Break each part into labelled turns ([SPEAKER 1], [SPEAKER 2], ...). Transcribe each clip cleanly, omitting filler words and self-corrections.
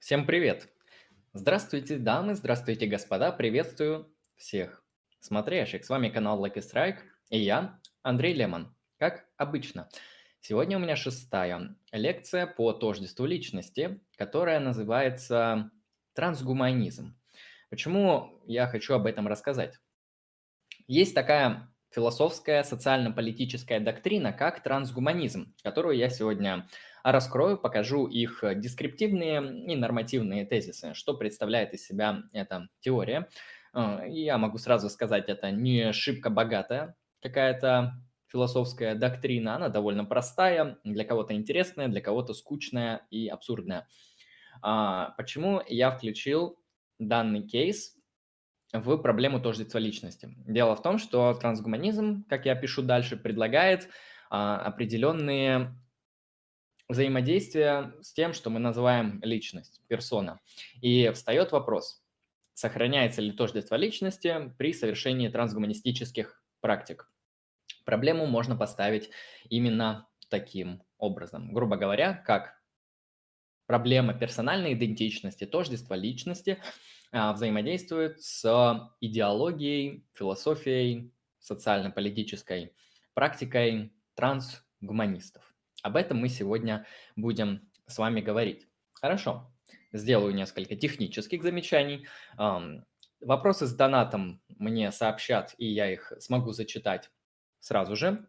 [SPEAKER 1] Всем привет! Здравствуйте, дамы, здравствуйте, господа, приветствую всех смотрящих. С вами канал Lucky Strike и я, Андрей Лемон, как обычно. Сегодня у меня шестая лекция по тождеству личности, которая называется трансгуманизм. Почему я хочу об этом рассказать? Есть такая философская социально-политическая доктрина, как трансгуманизм, которую я сегодня раскрою, покажу их дескриптивные и нормативные тезисы, что представляет из себя эта теория. Я могу сразу сказать, это не шибко богатая какая-то философская доктрина, она довольно простая, для кого-то интересная, для кого-то скучная и абсурдная. Почему я включил данный кейс в проблему тождества личности? Дело в том, что трансгуманизм, как я пишу дальше, предлагает определенные взаимодействия с тем, что мы называем личность, персона. И встает вопрос, сохраняется ли тождество личности при совершении трансгуманистических практик. Проблему можно поставить именно таким образом. Грубо говоря, как проблема персональной идентичности, тождества личности взаимодействует с идеологией, философией, социально-политической практикой трансгуманистов. Об этом мы сегодня будем с вами говорить. Хорошо, сделаю несколько технических замечаний. Вопросы с донатом мне сообщат, и я их смогу зачитать сразу же.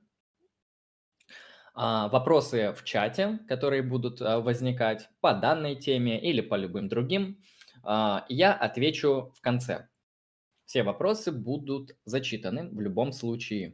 [SPEAKER 1] Вопросы в чате, которые будут возникать по данной теме или по любым другим, я отвечу в конце. Все вопросы будут зачитаны в любом случае.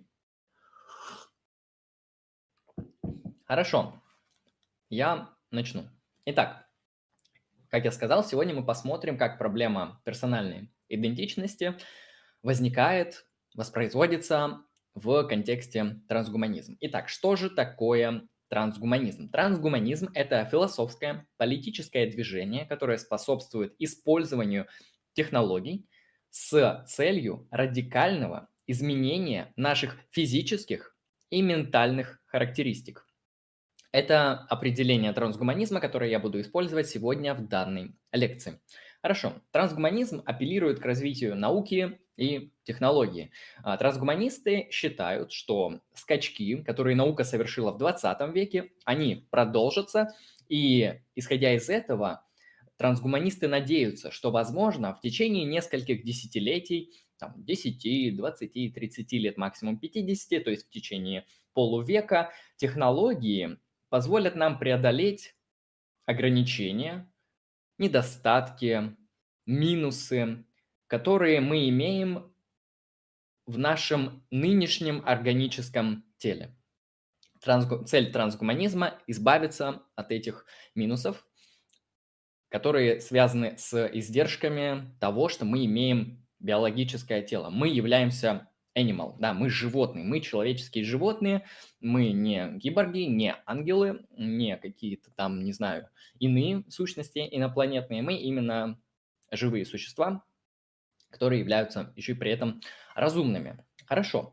[SPEAKER 1] Хорошо, я начну. Итак, как я сказал, сегодня мы посмотрим, как проблема персональной идентичности возникает, воспроизводится в контексте трансгуманизма. Итак, что же такое трансгуманизм? Трансгуманизм – это философское, политическое движение, которое способствует использованию технологий с целью радикального изменения наших физических и ментальных характеристик. Это определение трансгуманизма, которое я буду использовать сегодня в данной лекции. Хорошо. Трансгуманизм апеллирует к развитию науки и технологии. Трансгуманисты считают, что скачки, которые наука совершила в 20 веке, они продолжатся, и, исходя из этого, трансгуманисты надеются, что, возможно, в течение нескольких десятилетий, там, 10, 20, 30 лет, максимум 50, то есть в течение полувека, технологии позволят нам преодолеть ограничения, недостатки, минусы, которые мы имеем в нашем нынешнем органическом теле. Цель трансгуманизма – избавиться от этих минусов, которые связаны с издержками того, что мы имеем биологическое тело. Мы являемся animal, да, мы животные, мы человеческие животные, мы не киборги, не ангелы, не какие-то там, не знаю, иные сущности инопланетные, мы именно живые существа, которые являются еще и при этом разумными. Хорошо.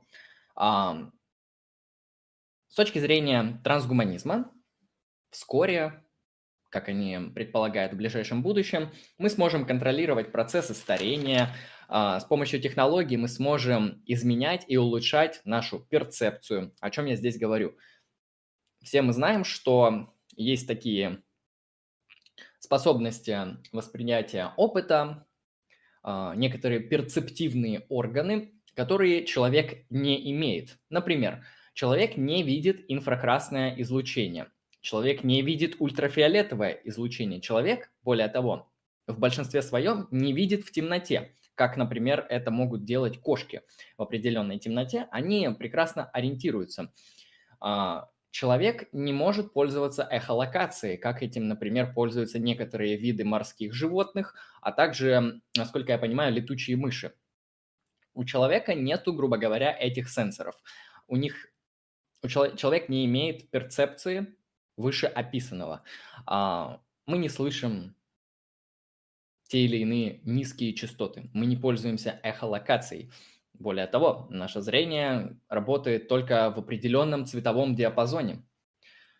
[SPEAKER 1] С точки зрения трансгуманизма, вскоре, как они предполагают в ближайшем будущем, мы сможем контролировать процессы старения. С помощью технологий мы сможем изменять и улучшать нашу перцепцию. О чем я здесь говорю? Все мы знаем, что есть такие способности восприятия опыта, некоторые перцептивные органы, которые человек не имеет. Например, человек не видит инфракрасное излучение. Человек не видит ультрафиолетовое излучение. Человек, более того, в большинстве своем не видит в темноте, как, например, это могут делать кошки в определенной темноте. Они прекрасно ориентируются. Человек не может пользоваться эхолокацией, как этим, например, пользуются некоторые виды морских животных, а также, насколько я понимаю, летучие мыши. У человека нету, грубо говоря, этих сенсоров. У них человек не имеет перцепции вышеописанного. Мы не слышим те или иные низкие частоты. Мы не пользуемся эхолокацией. Более того, наше зрение работает только в определенном цветовом диапазоне.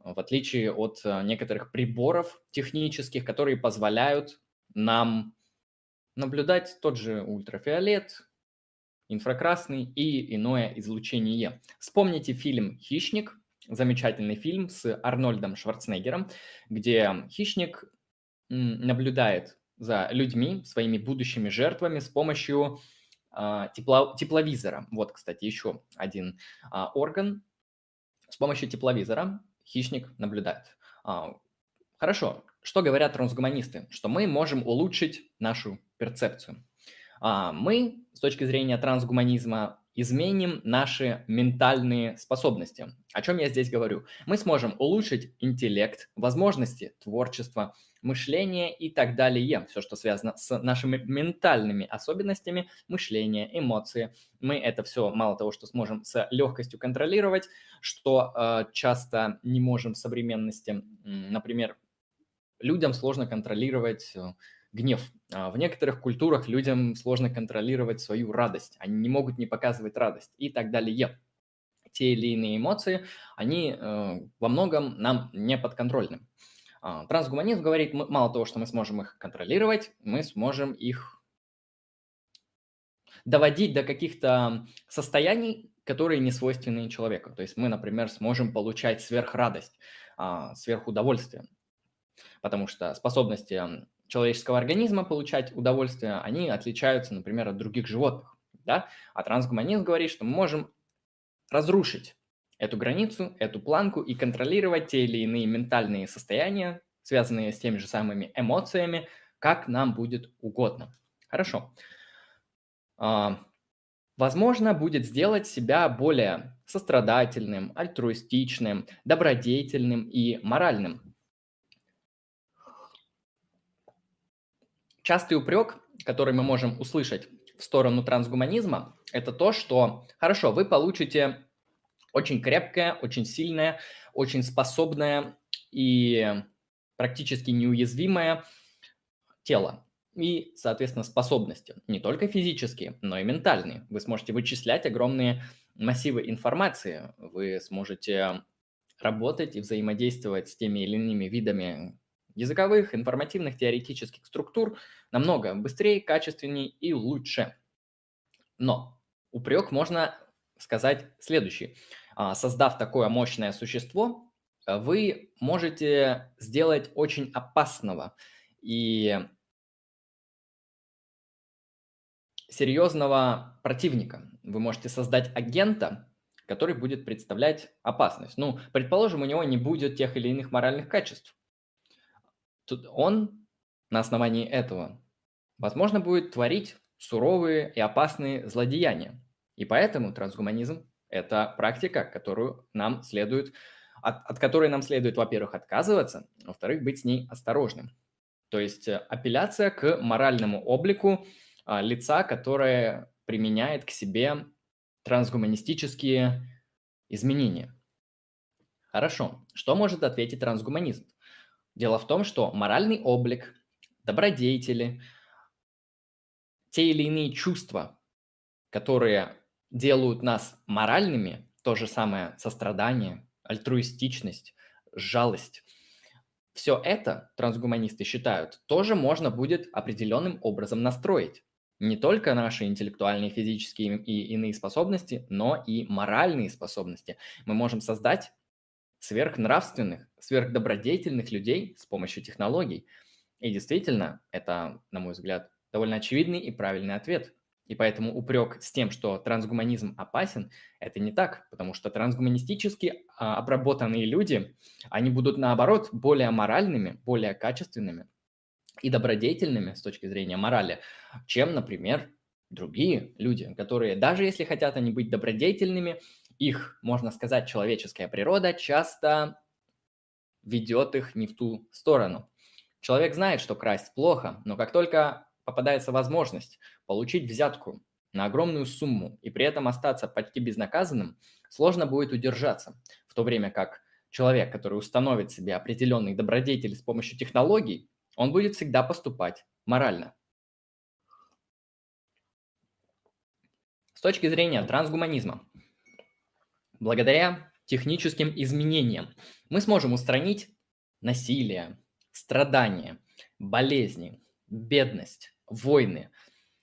[SPEAKER 1] в отличие от некоторых приборов технических, которые позволяют нам наблюдать тот же ультрафиолет, инфракрасный и иное излучение. Вспомните фильм «Хищник», замечательный фильм с Арнольдом Шварценеггером, где хищник наблюдает за людьми, своими будущими жертвами с помощью тепловизора. Вот, кстати, еще один орган. С помощью тепловизора хищник наблюдает. Хорошо. Что говорят трансгуманисты? Что мы можем улучшить нашу перцепцию. Мы, с точки зрения трансгуманизма, изменим наши ментальные способности. О чем я здесь говорю? Мы сможем улучшить интеллект, возможности творчества, мышление и так далее. Все, что связано с нашими ментальными особенностями, мышление, эмоции. Мы это все, мало того, что сможем с легкостью контролировать, что часто не можем в современности. Например, людям сложно контролировать гнев. В некоторых культурах людям сложно контролировать свою радость. Они не могут не показывать радость и так далее. Те или иные эмоции, они во многом нам не подконтрольны. Трансгуманизм говорит, мало того, что мы сможем их контролировать, мы сможем их доводить до каких-то состояний, которые не свойственны человеку. То есть мы, например, сможем получать сверхрадость, сверхудовольствие. Потому что способности человеческого организма получать удовольствие, они отличаются, например, от других животных. Да? А трансгуманизм говорит, что мы можем разрушить эту границу, эту планку и контролировать те или иные ментальные состояния, связанные с теми же самыми эмоциями, как нам будет угодно. Хорошо. Возможно, будет сделать себя более сострадательным, альтруистичным, добродетельным и моральным. Частый упрек, который мы можем услышать в сторону трансгуманизма, это то, что, хорошо, вы получите очень крепкое, очень сильное, очень способное и практически неуязвимое тело и, соответственно, способности, не только физические, но и ментальные. Вы сможете вычислять огромные массивы информации, вы сможете работать и взаимодействовать с теми или иными видами языковых, информативных, теоретических структур намного быстрее, качественнее и лучше. Но упрек можно сказать следующий. Создав такое мощное существо, вы можете сделать очень опасного и серьезного противника. Вы можете создать агента, который будет представлять опасность. Ну, предположим, у него не будет тех или иных моральных качеств. Тут он на основании этого, возможно, будет творить суровые и опасные злодеяния. И поэтому трансгуманизм– это практика, которую нам следует, от которой нам следует, во-первых, отказываться, во-вторых, быть с ней осторожным. То есть апелляция к моральному облику лица, которое применяет к себе трансгуманистические изменения. Хорошо. Что может ответить трансгуманизм? Дело в том, что моральный облик, добродетели, те или иные чувства, которые делают нас моральными, то же самое сострадание, альтруистичность, жалость, все это, трансгуманисты считают, тоже можно будет определенным образом настроить. Не только наши интеллектуальные, физические и иные способности, но и моральные способности. Мы можем создать сверхнравственных, сверхдобродетельных людей с помощью технологий. И действительно, это, на мой взгляд, довольно очевидный и правильный ответ. И поэтому упрек с тем, что трансгуманизм опасен, это не так, потому что трансгуманистически обработанные люди, они будут, наоборот, более моральными, более качественными и добродетельными с точки зрения морали, чем, например, другие люди, которые, даже если хотят они быть добродетельными, их, можно сказать, человеческая природа часто ведет их не в ту сторону. Человек знает, что красть плохо, но как только попадается возможность получить взятку на огромную сумму и при этом остаться почти безнаказанным, сложно будет удержаться. В то время как человек, который установит себе определенный добродетель с помощью технологий, он будет всегда поступать морально. С точки зрения трансгуманизма, благодаря техническим изменениям. Мы сможем устранить насилие, страдания, болезни, бедность, войны,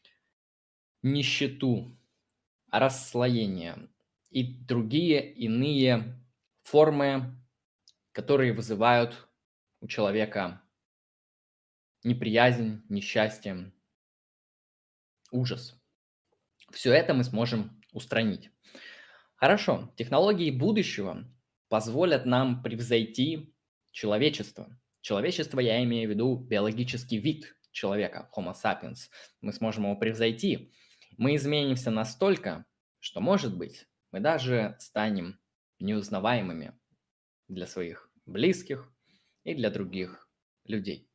[SPEAKER 1] нищету, расслоение и другие иные формы, которые вызывают у человека неприязнь, несчастье, ужас. Все это мы сможем устранить. Хорошо, технологии будущего позволят нам превзойти человечество. Человечество, я имею в виду биологический вид человека, Homo sapiens. Мы сможем его превзойти. Мы изменимся настолько, что, может быть, мы даже станем неузнаваемыми для своих близких и для других людей.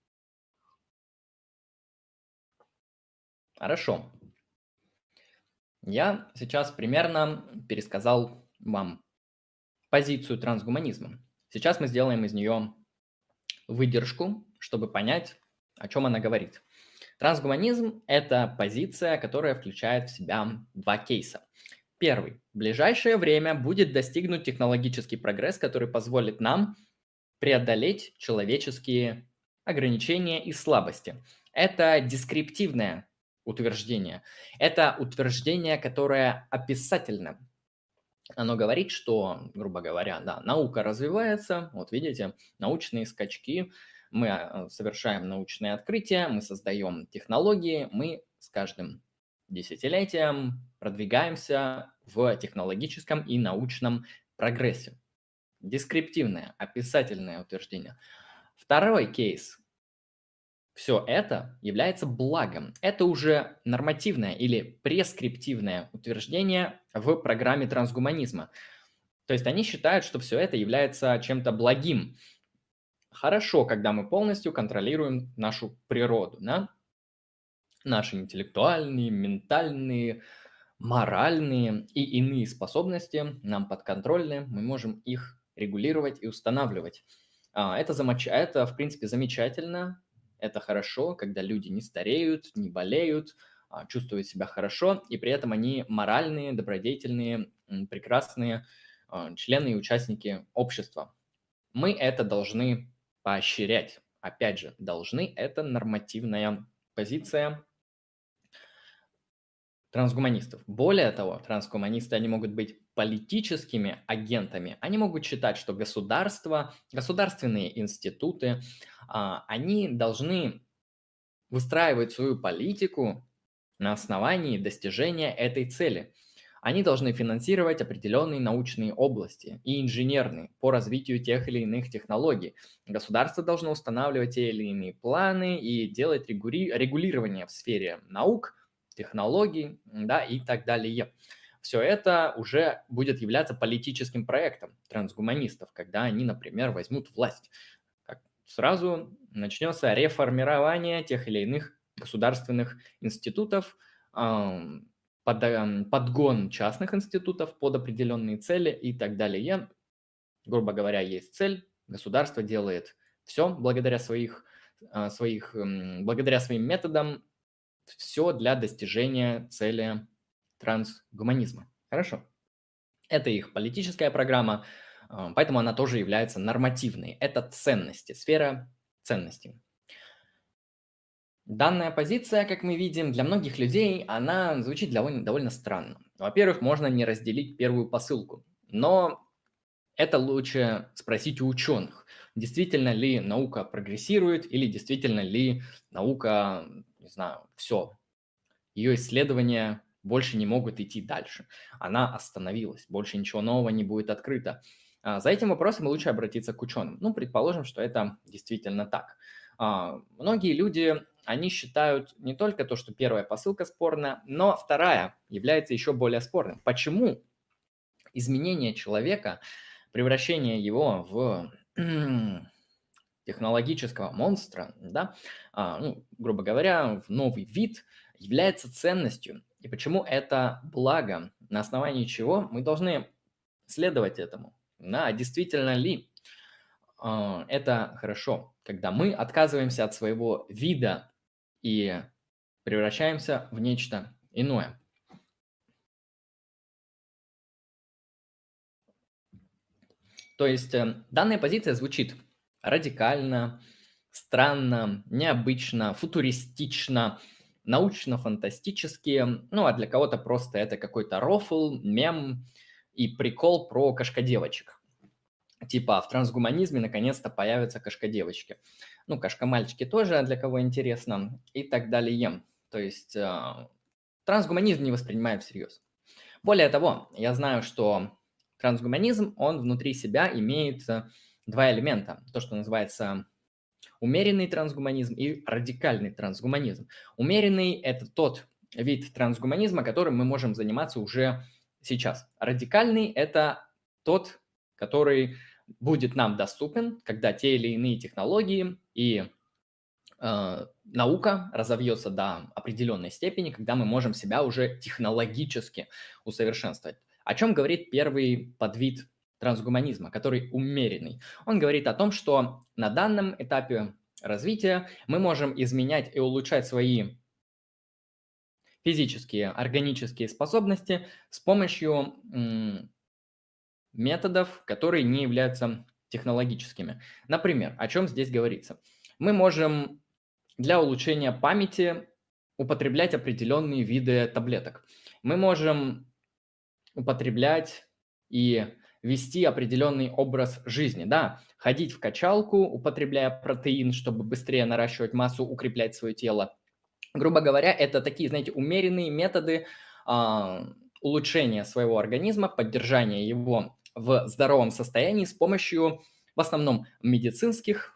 [SPEAKER 1] Хорошо. Я сейчас примерно пересказал вам позицию трансгуманизма. Сейчас мы сделаем из нее выдержку, чтобы понять, о чем она говорит. Трансгуманизм – это позиция, которая включает в себя два кейса. Первый. В ближайшее время будет достигнут технологический прогресс, который позволит нам преодолеть человеческие ограничения и слабости. Это дескриптивное утверждение. Это утверждение, которое описательно. Оно говорит, что, грубо говоря, да, наука развивается, вот видите, научные скачки, мы совершаем научные открытия, мы создаем технологии, мы с каждым десятилетием продвигаемся в технологическом и научном прогрессе. Дескриптивное, описательное утверждение. Второй кейс. Все это является благом. Это уже нормативное или прескриптивное утверждение в программе трансгуманизма. То есть они считают, что все это является чем-то благим. Хорошо, когда мы полностью контролируем нашу природу, да? Наши интеллектуальные, ментальные, моральные и иные способности нам подконтрольны, мы можем их регулировать и устанавливать. Это, в принципе, замечательно, это хорошо, когда люди не стареют, не болеют, чувствуют себя хорошо, и при этом они моральные, добродетельные, прекрасные члены и участники общества. Мы это должны поощрять. Опять же, должны – это нормативная позиция трансгуманистов. Более того, трансгуманисты, они могут быть политическими агентами. Они могут считать, что государство, государственные институты, они должны выстраивать свою политику на основании достижения этой цели. Они должны финансировать определенные научные области и инженерные по развитию тех или иных технологий. Государство должно устанавливать те или иные планы и делать регулирование в сфере наук, технологий, да, и так далее. Все это уже будет являться политическим проектом трансгуманистов, когда они, например, возьмут власть. Сразу начнется реформирование тех или иных государственных институтов, подгон частных институтов под определенные цели и так далее. Грубо говоря, есть цель, государство делает все благодаря благодаря своим методам, все для достижения цели трансгуманизма. Хорошо. Это их политическая программа, поэтому она тоже является нормативной. Это ценности, сфера ценностей. Данная позиция, как мы видим, для многих людей, она звучит довольно странно. Во-первых, можно не разделить первую посылку, но это лучше спросить у ученых, действительно ли наука прогрессирует или действительно ли наука, не знаю, все, ее исследования больше не могут идти дальше. Она остановилась, больше ничего нового не будет открыто. За этим вопросом лучше обратиться к ученым. Ну, предположим, что это действительно так. Многие люди, они считают не только то, что первая посылка спорна, но вторая является еще более спорной. Почему изменение человека, превращение его в технологического монстра, да, грубо говоря, в новый вид, является ценностью, и почему это благо, на основании чего мы должны следовать этому, да, действительно ли это хорошо, когда мы отказываемся от своего вида и превращаемся в нечто иное. То есть данная позиция звучит радикально, странно, необычно, футуристично, научно-фантастически. Ну, а для кого-то просто это какой-то рофл, мем и прикол про кошка-девочек. Типа в трансгуманизме наконец-то появятся кошка-девочки. Ну, кошка-мальчики тоже, для кого интересно, и так далее. То есть трансгуманизм не воспринимают всерьез. Более того, я знаю, что трансгуманизм, он внутри себя имеет два элемента. То, что называется умеренный трансгуманизм и радикальный трансгуманизм. Умеренный – это тот вид трансгуманизма, которым мы можем заниматься уже сейчас. Радикальный – это тот, который будет нам доступен, когда те или иные технологии и наука разовьется до определенной степени, когда мы можем себя уже технологически усовершенствовать. О чем говорит первый подвид трансгуманизма, который умеренный? Он говорит о том, что на данном этапе развития мы можем изменять и улучшать свои физические, органические способности с помощью методов, которые не являются технологическими. Например, о чем здесь говорится? Мы можем для улучшения памяти употреблять определенные виды таблеток. Мы можем употреблять и вести определенный образ жизни, да, ходить в качалку, употребляя протеин, чтобы быстрее наращивать массу, укреплять свое тело. Грубо говоря, это такие, знаете, умеренные методы улучшения своего организма, поддержания его в здоровом состоянии с помощью, в основном, медицинских,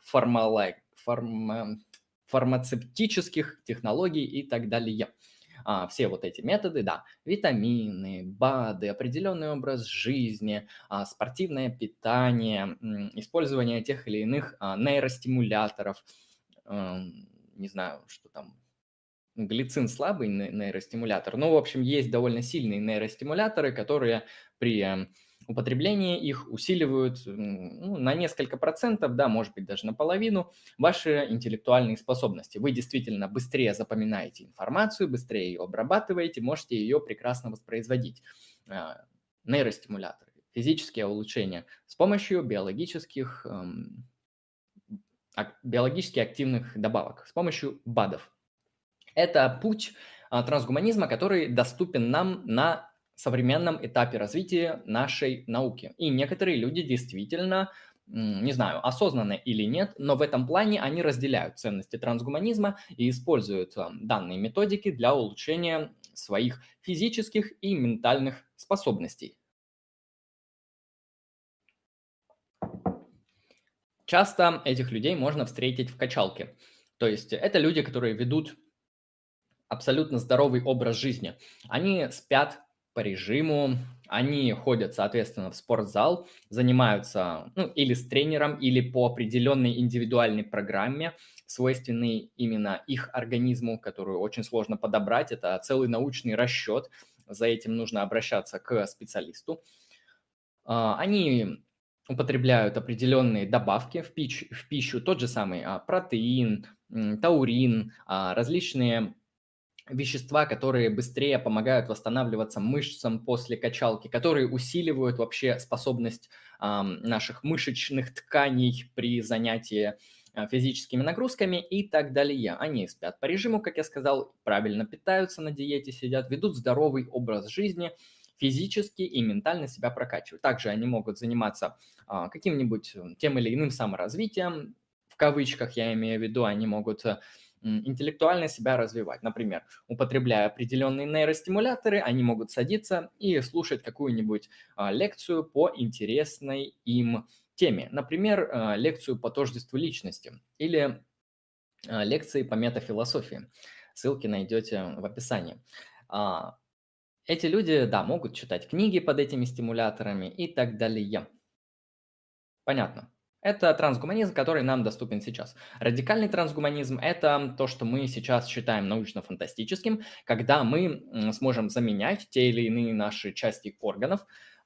[SPEAKER 1] фармацевтических технологий и так далее. Все вот эти методы, да, витамины, БАДы, определенный образ жизни, спортивное питание, использование тех или иных нейростимуляторов, не знаю, что там, глицин слабый нейростимулятор. Ну, в общем, есть довольно сильные нейростимуляторы, которые при употреблении их усиливают на несколько процентов, да, может быть, даже наполовину, ваши интеллектуальные способности. Вы действительно быстрее запоминаете информацию, быстрее ее обрабатываете, можете ее прекрасно воспроизводить. Нейростимуляторы, физические улучшения с помощью биологически активных добавок, с помощью БАДов. Это путь трансгуманизма, который доступен нам на современном этапе развития нашей науки. И некоторые люди действительно, не знаю, осознанно или нет, но в этом плане они разделяют ценности трансгуманизма и используют данные методики для улучшения своих физических и ментальных способностей. Часто этих людей можно встретить в качалке. То есть это люди, которые ведут абсолютно здоровый образ жизни. Они спят по режиму, они ходят, соответственно, в спортзал, занимаются или с тренером, или по определенной индивидуальной программе, свойственной именно их организму, которую очень сложно подобрать. Это целый научный расчет. За этим нужно обращаться к специалисту. Они употребляют определенные добавки в пищу, тот же самый протеин, таурин, различные вещества, которые быстрее помогают восстанавливаться мышцам после качалки, которые усиливают вообще способность наших мышечных тканей при занятии физическими нагрузками и так далее. Они спят по режиму, как я сказал, правильно питаются на диете, сидят, ведут здоровый образ жизни, физически и ментально себя прокачивают. Также они могут заниматься каким-нибудь тем или иным саморазвитием, в кавычках я имею в виду, они могут интеллектуально себя развивать. Например, употребляя определенные нейростимуляторы, они могут садиться и слушать какую-нибудь лекцию по интересной им теме. Например, лекцию по тождеству личности или лекции по метафилософии. Ссылки найдете в описании. Эти люди, да, могут читать книги под этими стимуляторами и так далее. Понятно. Это трансгуманизм, который нам доступен сейчас. Радикальный трансгуманизм – это то, что мы сейчас считаем научно-фантастическим, когда мы сможем заменять те или иные наши части органов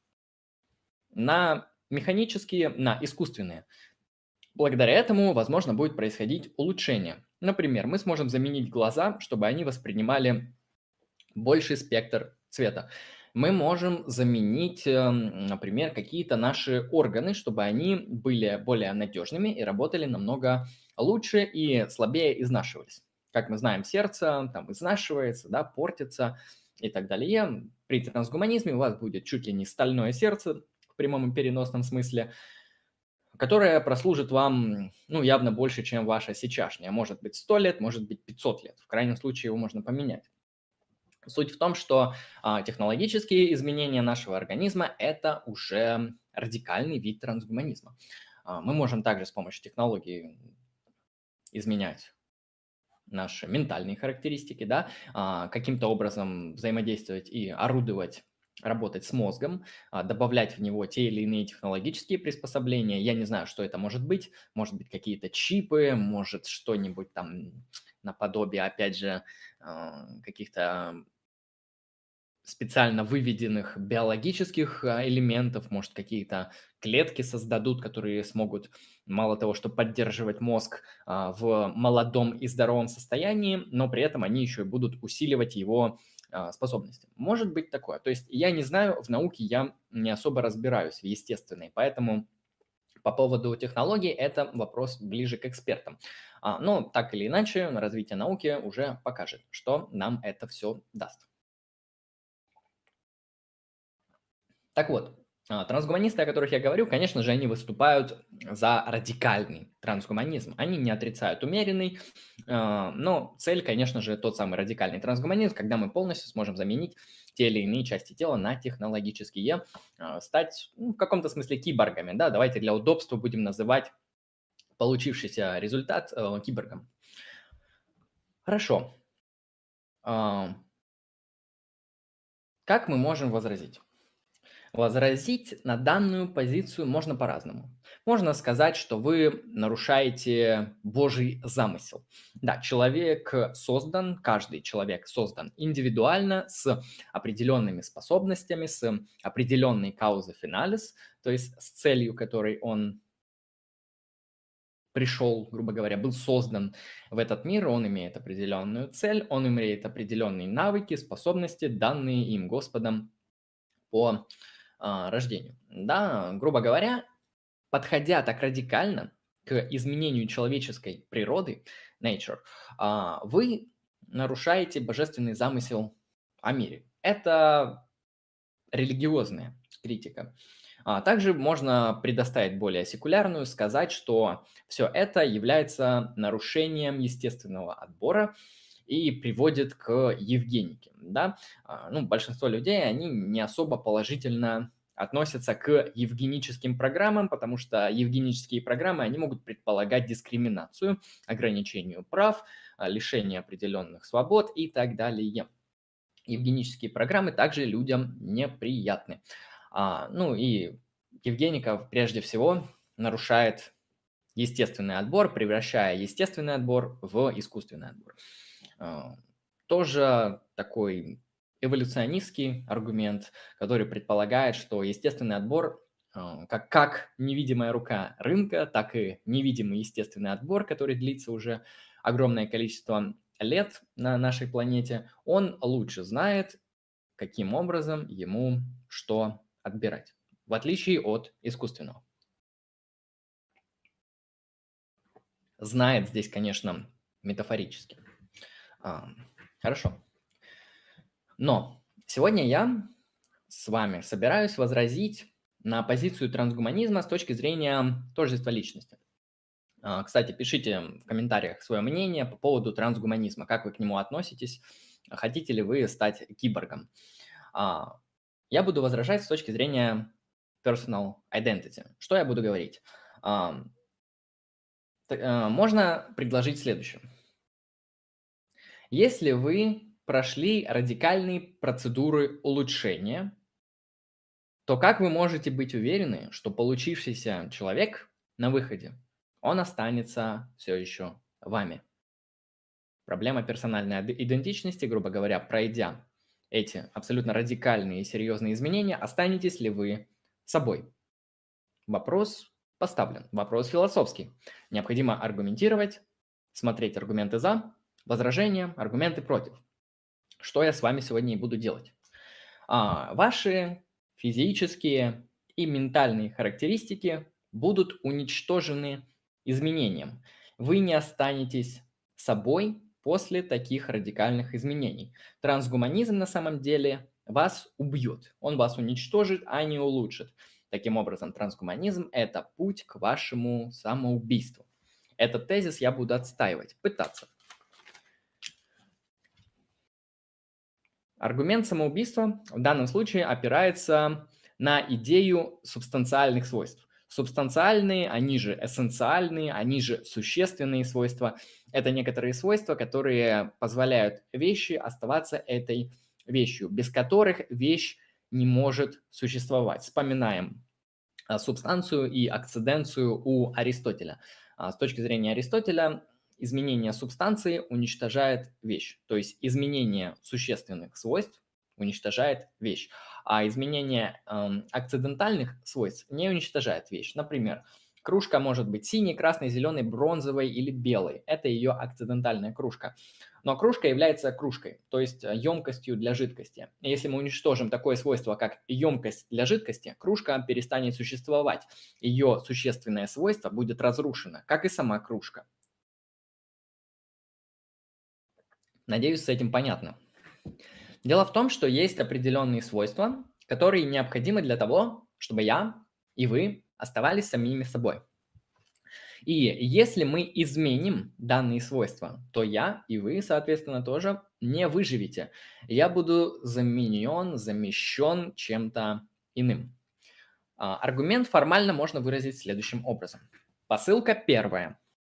[SPEAKER 1] на механические, на искусственные. Благодаря этому, возможно, будет происходить улучшение. Например, мы сможем заменить глаза, чтобы они воспринимали больший спектр цвета. Мы можем заменить, например, какие-то наши органы, чтобы они были более надежными и работали намного лучше и слабее изнашивались. Как мы знаем, сердце там изнашивается, да, портится и так далее. При трансгуманизме у вас будет чуть ли не стальное сердце в прямом и переносном смысле, которое прослужит вам, ну, явно больше, чем ваше сейчасшнее. Может быть 100 лет, может быть 500 лет. В крайнем случае его можно поменять. Суть в том, что технологические изменения нашего организма – это уже радикальный вид трансгуманизма. Мы можем также с помощью технологий изменять наши ментальные характеристики, да, каким-то образом взаимодействовать и орудовать, работать с мозгом, добавлять в него те или иные технологические приспособления. Я не знаю, что это может быть. Может быть, какие-то чипы, может, что-нибудь там наподобие, опять же, каких-то специально выведенных биологических элементов, может, какие-то клетки создадут, которые смогут мало того, что поддерживать мозг в молодом и здоровом состоянии, но при этом они еще и будут усиливать его способности. Может быть такое. То есть я не знаю, в науке я не особо разбираюсь, в естественной, поэтому по поводу технологий это вопрос ближе к экспертам. Но так или иначе, развитие науки уже покажет, что нам это все даст. Так вот, трансгуманисты, о которых я говорю, конечно же, они выступают за радикальный трансгуманизм. Они не отрицают умеренный, но цель, конечно же, тот самый радикальный трансгуманизм, когда мы полностью сможем заменить те или иные части тела на технологические, стать в каком-то смысле киборгами. Да? Давайте для удобства будем называть получившийся результат киборгом. Хорошо. Как мы можем возразить? Возразить на данную позицию можно по-разному. Можно сказать, что вы нарушаете Божий замысел. Да, человек создан, каждый человек создан индивидуально, с определенными способностями, с определенной каузой финалис, то есть с целью, которой он пришел, грубо говоря, был создан в этот мир, он имеет определенную цель, он имеет определенные навыки, способности, данные им Господом по рождению. Да, грубо говоря, подходя так радикально к изменению человеческой природы, nature, вы нарушаете божественный замысел о мире. Это религиозная критика. Также можно предоставить более секулярную, сказать, что все это является нарушением естественного отбора и приводит к евгенике. Да? Ну, большинство людей, они не особо положительно относятся к евгеническим программам, потому что евгенические программы, они могут предполагать дискриминацию, ограничение прав, лишение определенных свобод и так далее. Евгенические программы также людям неприятны. Ну и евгеника прежде всего нарушает естественный отбор, превращая естественный отбор в искусственный отбор. Тоже такой эволюционистский аргумент, который предполагает, что естественный отбор, как невидимая рука рынка, так и невидимый естественный отбор, который длится уже огромное количество лет на нашей планете, он лучше знает, каким образом ему что отбирать, в отличие от искусственного. Знает здесь, конечно, метафорически. Хорошо. Но сегодня я с вами собираюсь возразить на позицию трансгуманизма с точки зрения тождества личности. Кстати, пишите в комментариях свое мнение по поводу трансгуманизма, как вы к нему относитесь, хотите ли вы стать киборгом. Я буду возражать с точки зрения personal identity. Что я буду говорить? Можно предложить следующее. Если вы прошли радикальные процедуры улучшения, то как вы можете быть уверены, что получившийся человек на выходе, он останется все еще вами? Проблема персональной идентичности, грубо говоря, пройдя эти абсолютно радикальные и серьезные изменения, останетесь ли вы собой? Вопрос поставлен, вопрос философский. Необходимо аргументировать, смотреть аргументы за, возражения, аргументы против. Что я с вами сегодня и буду делать. Ваши физические и ментальные характеристики будут уничтожены изменением. Вы не останетесь собой после таких радикальных изменений. Трансгуманизм на самом деле вас убьет, он вас уничтожит, а не улучшит. Таким образом, трансгуманизм – это путь к вашему самоубийству. Этот тезис я буду отстаивать, пытаться. Аргумент самоубийства в данном случае опирается на идею субстанциальных свойств. Субстанциальные, они же эссенциальные, они же существенные свойства. Это некоторые свойства, которые позволяют вещи оставаться этой вещью, без которых вещь не может существовать. Вспоминаем субстанцию и акциденцию у Аристотеля. С точки зрения Аристотеля, изменение субстанции уничтожает вещь. То есть изменение существенных свойств уничтожает вещь, а изменение акцидентальных свойств не уничтожает вещь. Например, кружка может быть синей, красной, зеленой, бронзовой или белой. Это ее акцидентальная кружка. Но кружка является кружкой, то есть емкостью для жидкости. Если мы уничтожим такое свойство, как емкость для жидкости, кружка перестанет существовать. Ее существенное свойство будет разрушено, как и сама кружка. Надеюсь, с этим понятно. Дело в том, что есть определенные свойства, которые необходимы для того, чтобы я и вы оставались самими собой. И если мы изменим данные свойства, то я и вы, соответственно, тоже не выживете. Я буду замещен чем-то иным. Аргумент формально можно выразить следующим образом. Посылка первая.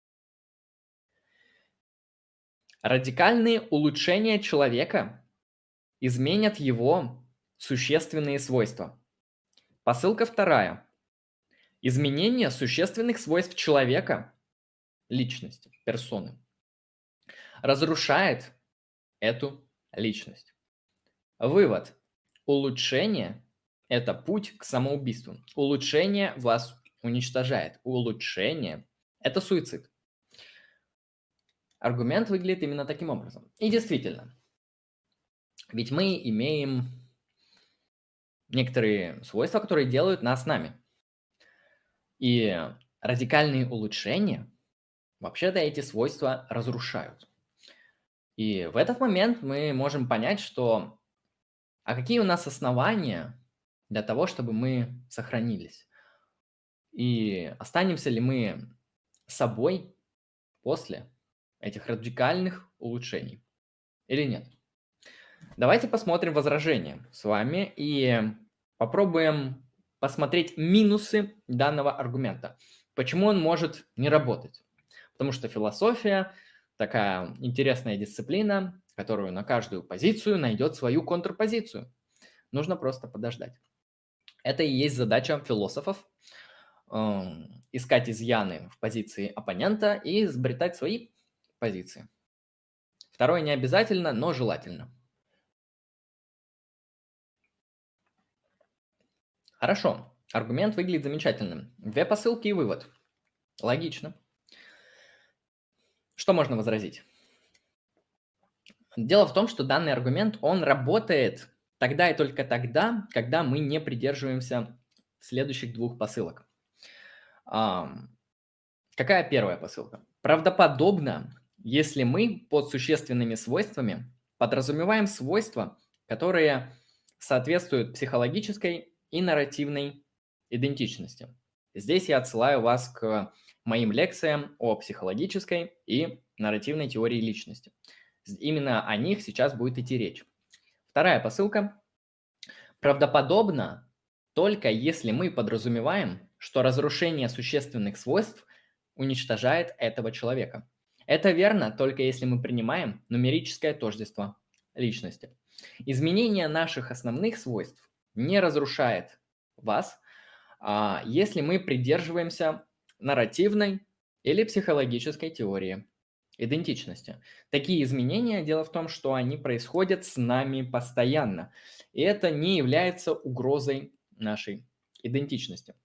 [SPEAKER 1] Радикальные улучшения человека изменят его существенные свойства. Посылка вторая. Изменение существенных свойств человека, личности, персоны, разрушает эту личность. Вывод. Улучшение – это путь к самоубийству. Улучшение вас уничтожает. Улучшение – это суицид. Аргумент выглядит именно таким образом. И действительно, ведь мы имеем некоторые свойства, которые делают нас нами. И радикальные улучшения вообще-то эти свойства разрушают. И в этот момент мы можем понять, что какие у нас основания для того, чтобы мы сохранились? И останемся ли мы собой после этих радикальных улучшений или нет? Давайте посмотрим возражения с вами и попробуем посмотреть минусы данного аргумента. Почему он может не работать? Потому что философия такая интересная дисциплина, которую на каждую позицию найдет свою контрпозицию. Нужно просто подождать. Это и есть задача философов искать изъяны в позиции оппонента и изобретать свои позиции. Второе не обязательно, но желательно. Хорошо, аргумент выглядит замечательным. Две посылки и вывод. Логично. Что можно возразить? Дело в том, что данный аргумент, он работает тогда и только тогда, когда мы не придерживаемся следующих двух посылок. Какая первая посылка? Правдоподобно, если мы под существенными свойствами подразумеваем свойства, которые соответствуют психологической и нарративной идентичности. Здесь я отсылаю вас к моим лекциям о психологической и нарративной теории личности. Именно о них сейчас будет идти речь. Вторая посылка. Правдоподобно только если мы подразумеваем, что разрушение существенных свойств уничтожает этого человека. Это верно только если мы принимаем нумерическое тождество личности. Изменение наших основных свойств не разрушает вас, если мы придерживаемся нарративной или психологической теории идентичности. Такие изменения, дело в том, что они происходят с нами постоянно, и это не является угрозой нашей идентичности.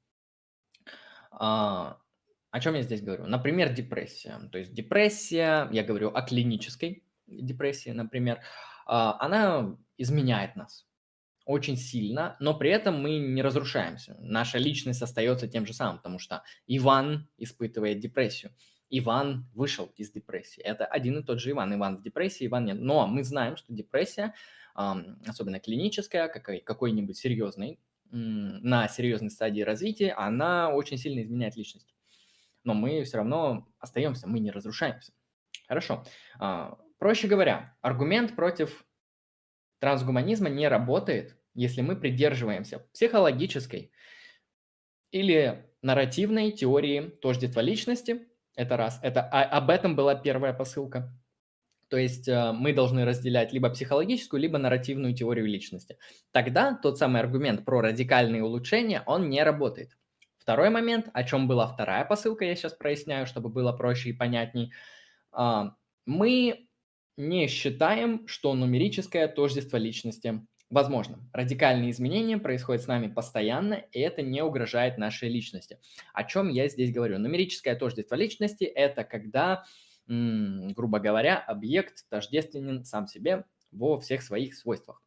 [SPEAKER 1] О чем я здесь говорю? Например, депрессия. То есть депрессия, я говорю о клинической депрессии, например, она изменяет нас. очень сильно, но при этом мы не разрушаемся. Наша личность остается тем же самым, потому что Иван испытывает депрессию. Иван вышел из депрессии. Это один и тот же Иван. Иван в депрессии, Иван нет. Но мы знаем, что депрессия, особенно клиническая, какой-нибудь серьезный, на серьезной стадии развития, она очень сильно изменяет личность. Но мы все равно остаемся, мы не разрушаемся. Хорошо. Проще говоря, аргумент против трансгуманизма не работает, если мы придерживаемся психологической или нарративной теории тождества личности. Это раз. Об этом была первая посылка. То есть мы должны разделять либо психологическую, либо нарративную теорию личности. Тогда тот самый аргумент про радикальные улучшения, он не работает. Второй момент, о чем была вторая посылка, я сейчас проясняю, чтобы было проще и понятней. Мы не считаем, что нумерическое тождество личности возможно. Радикальные изменения происходят с нами постоянно, и это не угрожает нашей личности. О чем я здесь говорю? Нумерическое тождество личности – это когда, грубо говоря, объект тождественен сам себе во всех своих свойствах.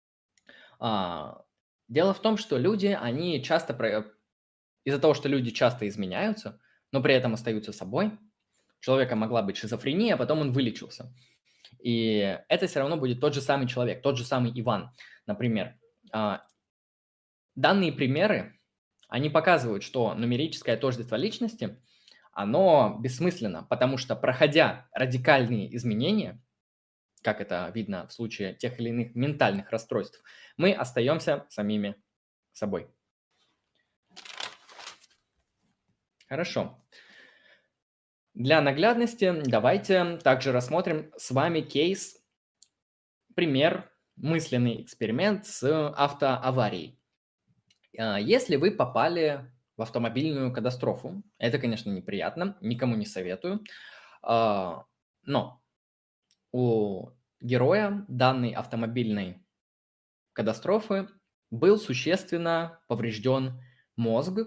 [SPEAKER 1] Дело в том, что люди, они часто, из-за того, что люди часто изменяются, но при этом остаются собой, у человека могла быть шизофрения, а потом он вылечился. И это все равно будет тот же самый человек, тот же самый Иван. Например, данные примеры, они показывают, что нумерическое тождество личности, оно бессмысленно, потому что, проходя радикальные изменения, как это видно в случае тех или иных ментальных расстройств, мы остаемся самими собой. Хорошо. Для наглядности давайте также рассмотрим с вами кейс, пример, мысленный эксперимент с автоаварией. Если вы попали в автомобильную катастрофу, это, конечно, неприятно, никому не советую, но у героя данной автомобильной катастрофы был существенно поврежден мозг,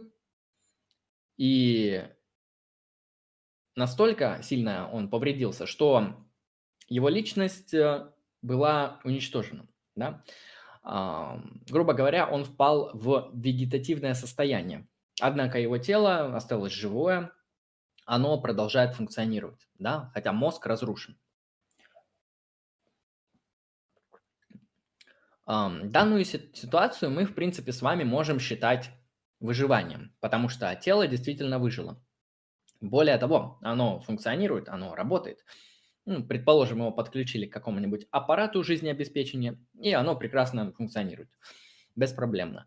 [SPEAKER 1] и настолько сильно он повредился, что его личность была уничтожена. Да? Грубо говоря, он впал в вегетативное состояние. Однако его тело осталось живое, оно продолжает функционировать, да? Хотя мозг разрушен. Данную ситуацию мы, в принципе, с вами можем считать выживанием, потому что тело действительно выжило. Более того, оно функционирует, оно работает. Предположим, его подключили к какому-нибудь аппарату жизнеобеспечения, и оно прекрасно функционирует, беспроблемно.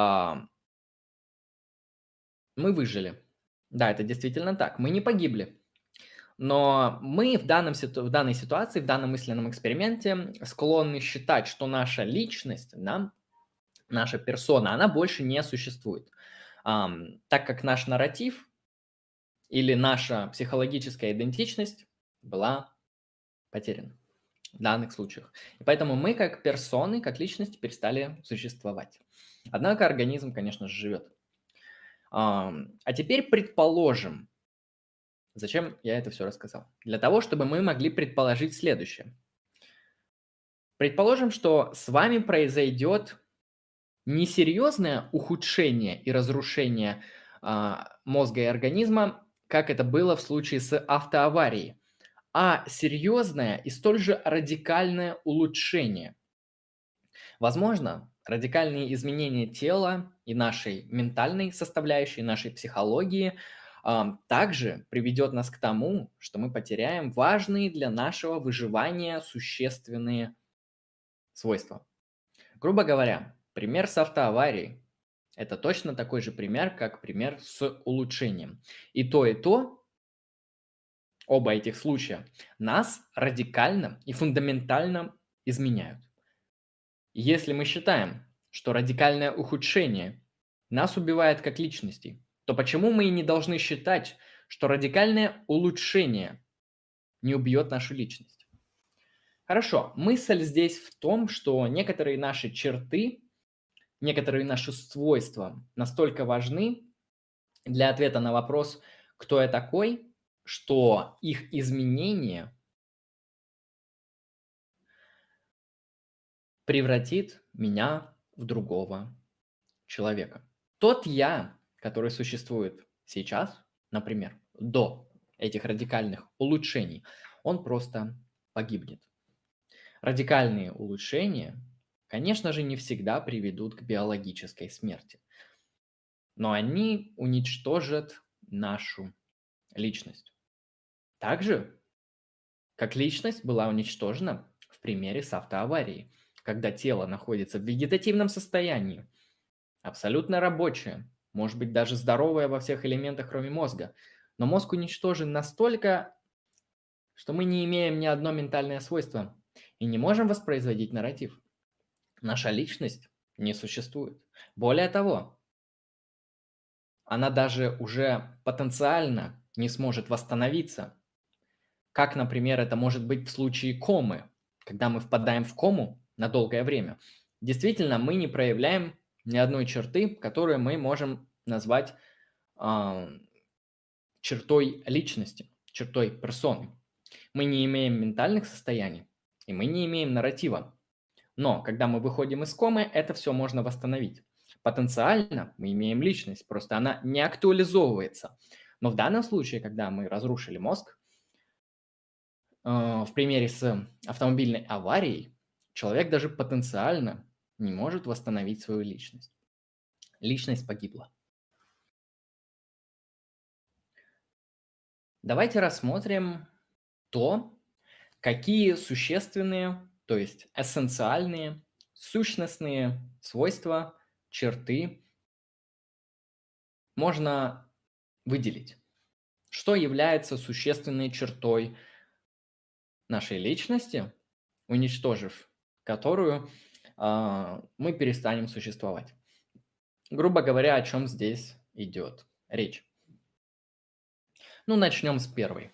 [SPEAKER 1] Мы выжили. Да, это действительно так. Мы не погибли. Но мы в данной ситуации, в данном мысленном эксперименте склонны считать, что наша личность, да, наша персона, она больше не существует. Так как наш нарратив или наша психологическая идентичность была потеряна в данных случаях. И поэтому мы как персоны, как личности перестали существовать. Однако организм, конечно же, живет. А теперь предположим, зачем я это все рассказал? Для того, чтобы мы могли предположить следующее. Предположим, что с вами произойдет несерьезное ухудшение и разрушение мозга и организма, как это было в случае с автоаварией, а серьезное и столь же радикальное улучшение. Возможно, радикальные изменения тела и нашей ментальной составляющей, нашей психологии также приведет нас к тому, что мы потеряем важные для нашего выживания существенные свойства. Грубо говоря, пример с автоаварией – это точно такой же пример, как пример с улучшением. И то, оба этих случая, нас радикально и фундаментально изменяют. Если мы считаем, что радикальное ухудшение нас убивает как личностей, то почему мы и не должны считать, что радикальное улучшение не убьет нашу личность? Хорошо, мысль здесь в том, что некоторые наши черты, некоторые наши свойства настолько важны для ответа на вопрос, кто я такой, что их изменение превратит меня в другого человека. Тот я, который существует сейчас, например, до этих радикальных улучшений, он просто погибнет. Радикальные улучшения, конечно же, не всегда приведут к биологической смерти, но они уничтожат нашу личность. Так же, как личность была уничтожена в примере с автоаварией, когда тело находится в вегетативном состоянии, абсолютно рабочее, может быть даже здоровое во всех элементах, кроме мозга, но мозг уничтожен настолько, что мы не имеем ни одно ментальное свойство и не можем воспроизводить нарратив. Наша личность не существует. Более того, она даже уже потенциально не сможет восстановиться. Как, например, это может быть в случае комы, когда мы впадаем в кому на долгое время. Действительно, мы не проявляем ни одной черты, которую мы можем назвать а, чертой личности, чертой персоны. Мы не имеем ментальных состояний, и мы не имеем нарратива. Но когда мы выходим из комы, это все можно восстановить. Потенциально мы имеем личность, просто она не актуализовывается. Но в данном случае, когда мы разрушили мозг, в примере с автомобильной аварией, человек даже потенциально не может восстановить свою личность. Личность погибла. Давайте рассмотрим то, какие существенные, то есть эссенциальные, сущностные свойства, черты можно выделить. Что является существенной чертой нашей личности, уничтожив которую мы перестанем существовать. Грубо говоря, о чем здесь идет речь. Ну, начнем с первой.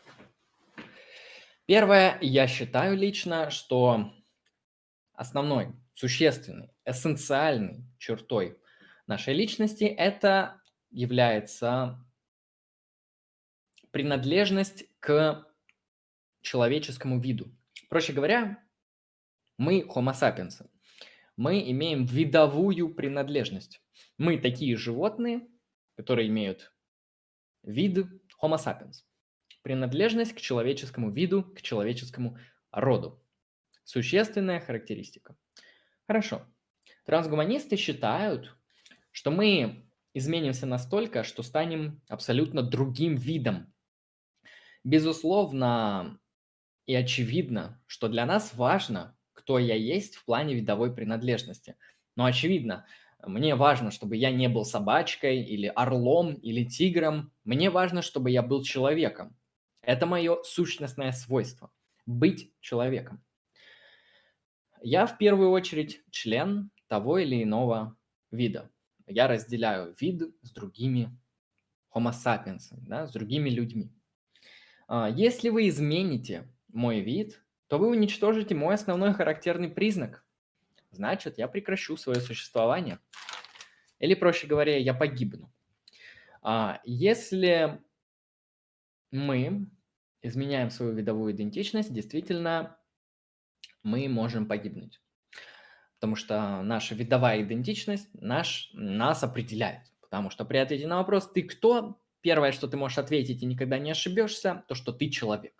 [SPEAKER 1] Первое, я считаю лично, что основной, существенной, эссенциальной чертой нашей личности это является принадлежность к человеческому виду. Проще говоря, мы homo sapiens. Мы имеем видовую принадлежность. Мы такие животные, которые имеют вид homo sapiens. Принадлежность к человеческому виду, к человеческому роду. Существенная характеристика. Хорошо. Трансгуманисты считают, что мы изменимся настолько, что станем абсолютно другим видом. Безусловно и очевидно, что для нас важно, кто я есть в плане видовой принадлежности. Но очевидно, мне важно, чтобы я не был собачкой или орлом или тигром. Мне важно, чтобы я был человеком. Это мое сущностное свойство – быть человеком. Я в первую очередь член того или иного вида. Я разделяю вид с другими homo sapiens, да, с другими людьми. Если вы измените мой вид, то вы уничтожите мой основной характерный признак. Значит, я прекращу свое существование. Или, проще говоря, я погибну. Если мы изменяем свою видовую идентичность, действительно, мы можем погибнуть. Потому что наша видовая идентичность нас определяет. Потому что при ответе на вопрос «ты кто?», первое, что ты можешь ответить и никогда не ошибешься, то, что ты человек.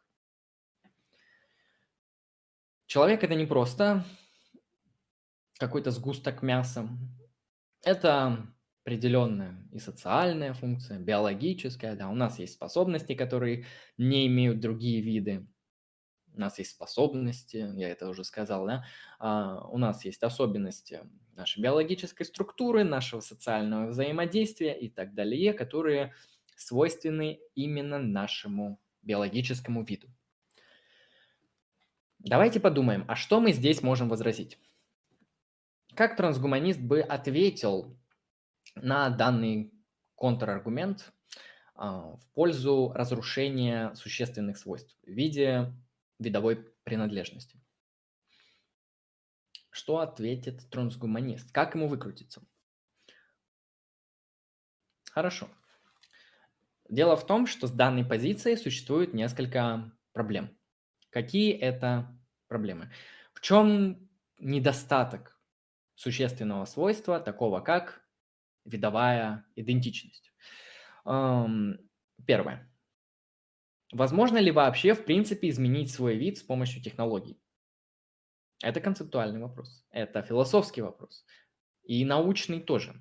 [SPEAKER 1] Человек – это не просто какой-то сгусток мяса. Это определенная и социальная функция, биологическая. Да, у нас есть способности, которые не имеют другие виды. У нас есть способности, я это уже сказал, да? У нас есть особенности нашей биологической структуры, нашего социального взаимодействия и так далее, которые свойственны именно нашему биологическому виду. Давайте подумаем, а что мы здесь можем возразить? Как трансгуманист бы ответил на данный контраргумент в пользу разрушения существенных свойств в виде видовой принадлежности? Что ответит трансгуманист? Как ему выкрутиться? Хорошо. Дело в том, что с данной позицией существует несколько проблем. Какие это проблемы? В чем недостаток существенного свойства, такого как видовая идентичность. Первое. Возможно ли вообще, в принципе, изменить свой вид с помощью технологий? Это концептуальный вопрос, это философский вопрос и научный тоже.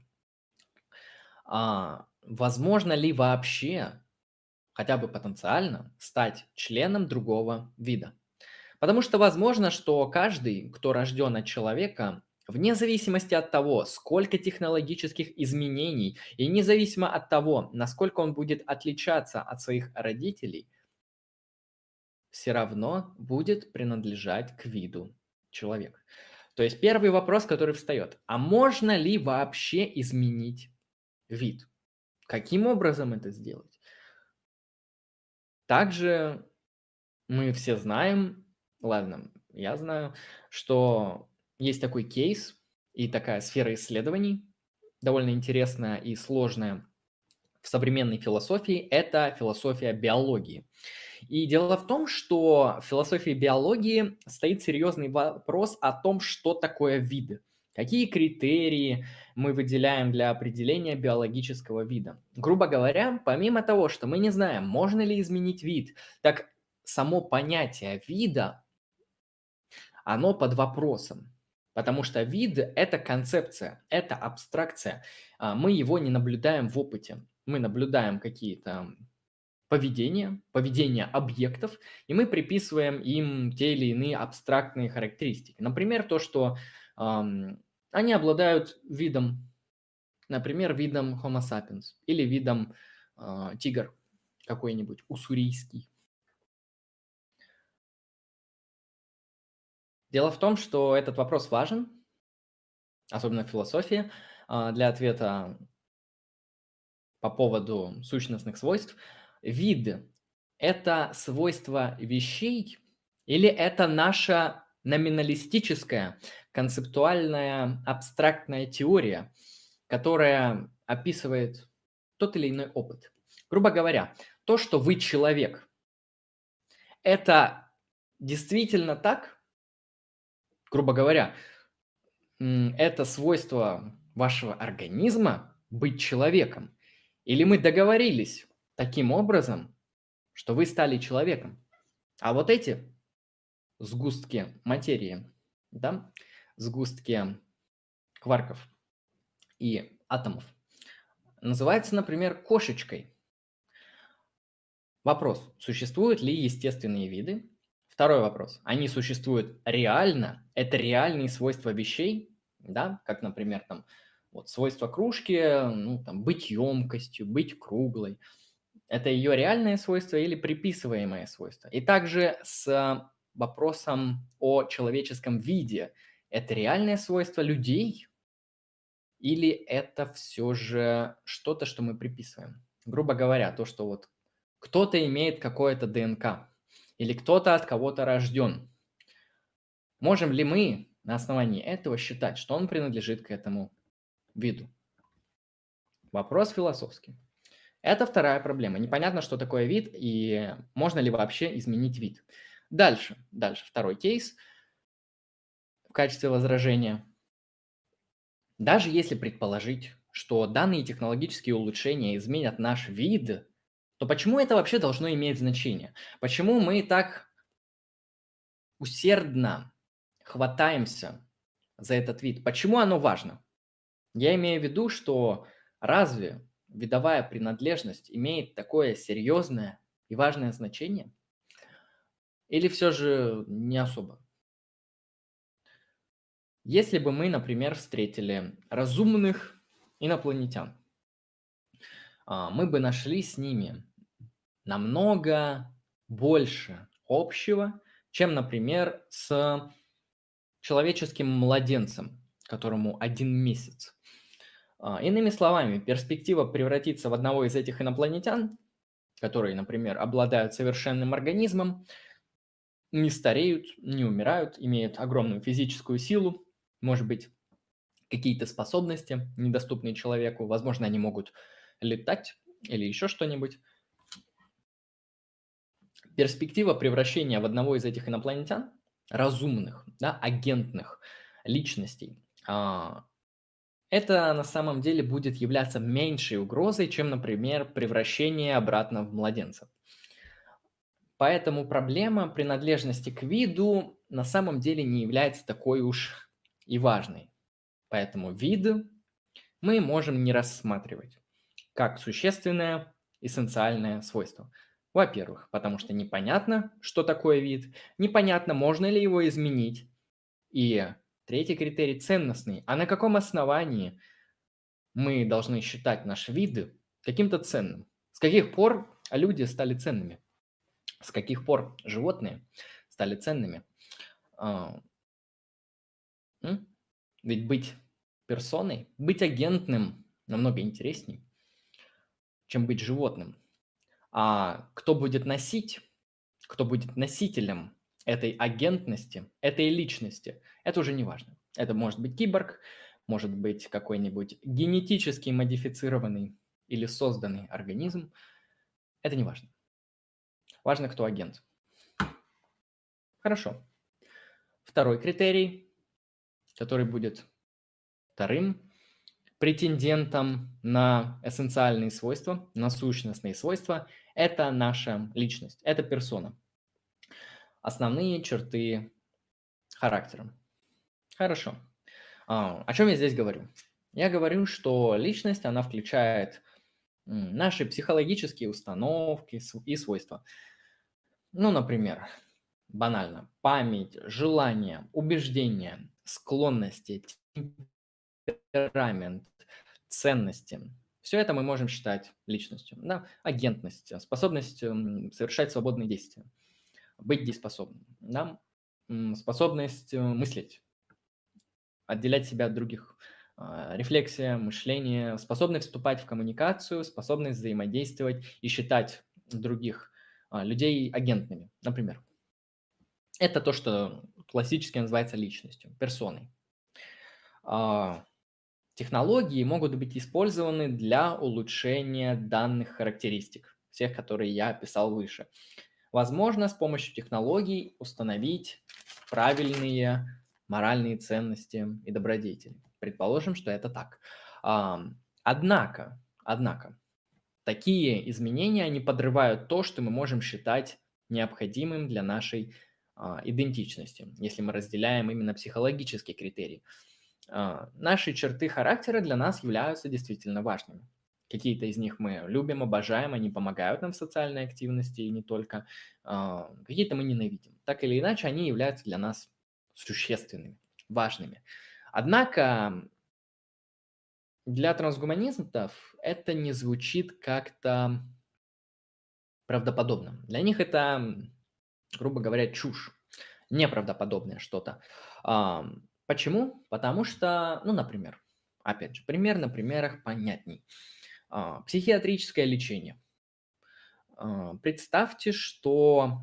[SPEAKER 1] Возможно ли вообще, хотя бы потенциально, стать членом другого вида? Потому что возможно, что каждый, кто рожден от человека, вне зависимости от того, сколько технологических изменений, и независимо от того, насколько он будет отличаться от своих родителей, все равно будет принадлежать к виду человека. То есть первый вопрос, который встает: а можно ли вообще изменить вид? Каким образом это сделать? Также мы все знаем, ладно, я знаю, что есть такой кейс и такая сфера исследований, довольно интересная и сложная в современной философии, это философия биологии. И дело в том, что в философии биологии стоит серьезный вопрос о том, что такое вид. Какие критерии мы выделяем для определения биологического вида? Грубо говоря, помимо того, что мы не знаем, можно ли изменить вид, так само понятие вида, оно под вопросом. Потому что вид – это концепция, это абстракция. Мы его не наблюдаем в опыте. Мы наблюдаем какие-то поведение объектов, и мы приписываем им те или иные абстрактные характеристики. Например, то, что они обладают видом, например, видом Homo sapiens или видом тигр какой-нибудь, уссурийский. Дело в том, что этот вопрос важен, особенно в философии, для ответа по поводу сущностных свойств. Вид – это свойство вещей или это наша номиналистическая, концептуальная, абстрактная теория, которая описывает тот или иной опыт? Грубо говоря, то, что вы человек, это действительно так? Грубо говоря, это свойство вашего организма быть человеком? Или мы договорились таким образом, что вы стали человеком? А вот эти сгустки материи, да, сгустки кварков и атомов, называются, например, кошечкой. Вопрос: существуют ли естественные виды? Второй вопрос: они существуют реально? Это реальные свойства вещей, да, как, например, там, вот свойство кружки, ну, там, быть емкостью, быть круглой. Это ее реальное свойство или приписываемое свойство? И также с вопросом о человеческом виде. Это реальное свойство людей или это все же что-то, что мы приписываем? Грубо говоря, то, что вот кто-то имеет какое-то ДНК или кто-то от кого-то рожден. Можем ли мы на основании этого считать, что он принадлежит к этому виду? Вопрос философский. Это вторая проблема. Непонятно, что такое вид и можно ли вообще изменить вид. Дальше второй кейс в качестве возражения. Даже если предположить, что данные технологические улучшения изменят наш вид, то почему это вообще должно иметь значение? Почему мы так усердно хватаемся за этот вид? Почему оно важно? Я имею в виду, что разве видовая принадлежность имеет такое серьезное и важное значение? Или все же не особо? Если бы мы, например, встретили разумных инопланетян, мы бы нашли с ними намного больше общего, чем, например, с человеческим младенцем, которому 1 месяц. Иными словами, перспектива превратиться в одного из этих инопланетян, которые, например, обладают совершенным организмом, не стареют, не умирают, имеют огромную физическую силу, может быть, какие-то способности, недоступные человеку, возможно, они могут летать или еще что-нибудь. Перспектива превращения в одного из этих инопланетян, разумных, да, агентных личностей, а, это на самом деле будет являться меньшей угрозой, чем, например, превращение обратно в младенца. Поэтому проблема принадлежности к виду на самом деле не является такой уж и важной. Поэтому вид мы можем не рассматривать как существенное эссенциальное свойство. Во-первых, потому что непонятно, что такое вид, непонятно, можно ли его изменить. И третий критерий – ценностный. А на каком основании мы должны считать наш вид каким-то ценным? С каких пор люди стали ценными? С каких пор животные стали ценными? А, Ведь быть персоной, быть агентным намного интересней, чем быть животным. А кто будет носить, кто будет носителем этой агентности, этой личности, это уже не важно. Это может быть киборг, может быть какой-нибудь генетически модифицированный или созданный организм. Это не важно. Важно, кто агент. Хорошо. Второй критерий, который будет вторым претендентом на эссенциальные свойства, на сущностные свойства, это наша личность, это персона. Основные черты характера. Хорошо. О чем я здесь говорю? Я говорю, что личность, она включает наши психологические установки и свойства. Ну, например, банально, память, желания, убеждения, склонности, темперамент, ценности. Все это мы можем считать личностью. Да? Агентность, способность совершать свободные действия, быть дееспособным, да? Способность мыслить, отделять себя от других, рефлексия, мышление, способность вступать в коммуникацию, способность взаимодействовать и считать других людей агентными, например. Это то, что классически называется личностью, персоной. Технологии могут быть использованы для улучшения данных характеристик, всех, которые я описал выше. Возможно, с помощью технологий установить правильные моральные ценности и добродетели. Предположим, что это так. Однако, такие изменения, они подрывают то, что мы можем считать необходимым для нашей идентичности, если мы разделяем именно психологические критерии. Наши черты характера для нас являются действительно важными. Какие-то из них мы любим, обожаем, они помогают нам в социальной активности и не только. Какие-то мы ненавидим. Так или иначе, они являются для нас существенными, важными. Однако для трансгуманистов это не звучит как-то правдоподобно. Для них это, грубо говоря, чушь, неправдоподобное что-то. Почему? Потому что, ну, например, опять же, пример на примерах понятней. Психиатрическое лечение. Представьте, что,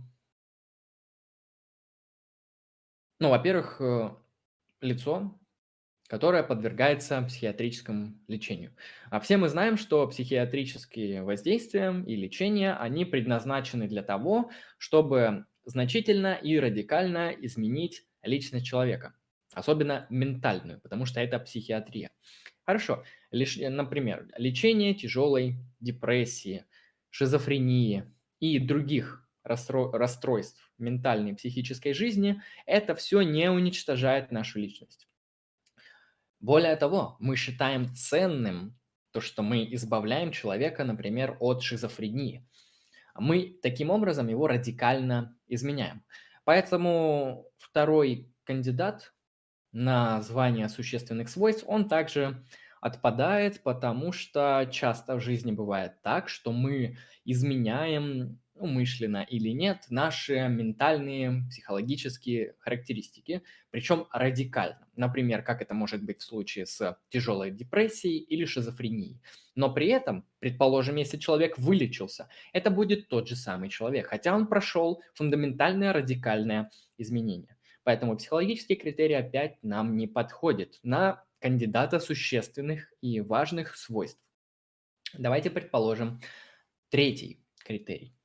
[SPEAKER 1] ну, во-первых, лицо, которое подвергается психиатрическому лечению. А все мы знаем, что психиатрические воздействия и лечения, они предназначены для того, чтобы значительно и радикально изменить личность человека, особенно ментальную, потому что это психиатрия. Хорошо, например, лечение тяжелой депрессии, шизофрении и других расстройств ментальной и психической жизни, это все не уничтожает нашу личность. Более того, мы считаем ценным то, что мы избавляем человека, например, от шизофрении. Мы таким образом его радикально изменяем. Поэтому второй кандидат на звание существенных свойств, он также отпадает, потому что часто в жизни бывает так, что мы изменяем умышленно или нет наши ментальные, психологические характеристики, причем радикально. Например, как это может быть в случае с тяжелой депрессией или шизофренией. Но при этом, предположим, если человек вылечился, это будет тот же самый человек, хотя он прошел фундаментальное радикальное изменение. Поэтому психологический критерий опять нам не подходит на кандидата существенных и важных свойств. Давайте предположим третий критерий.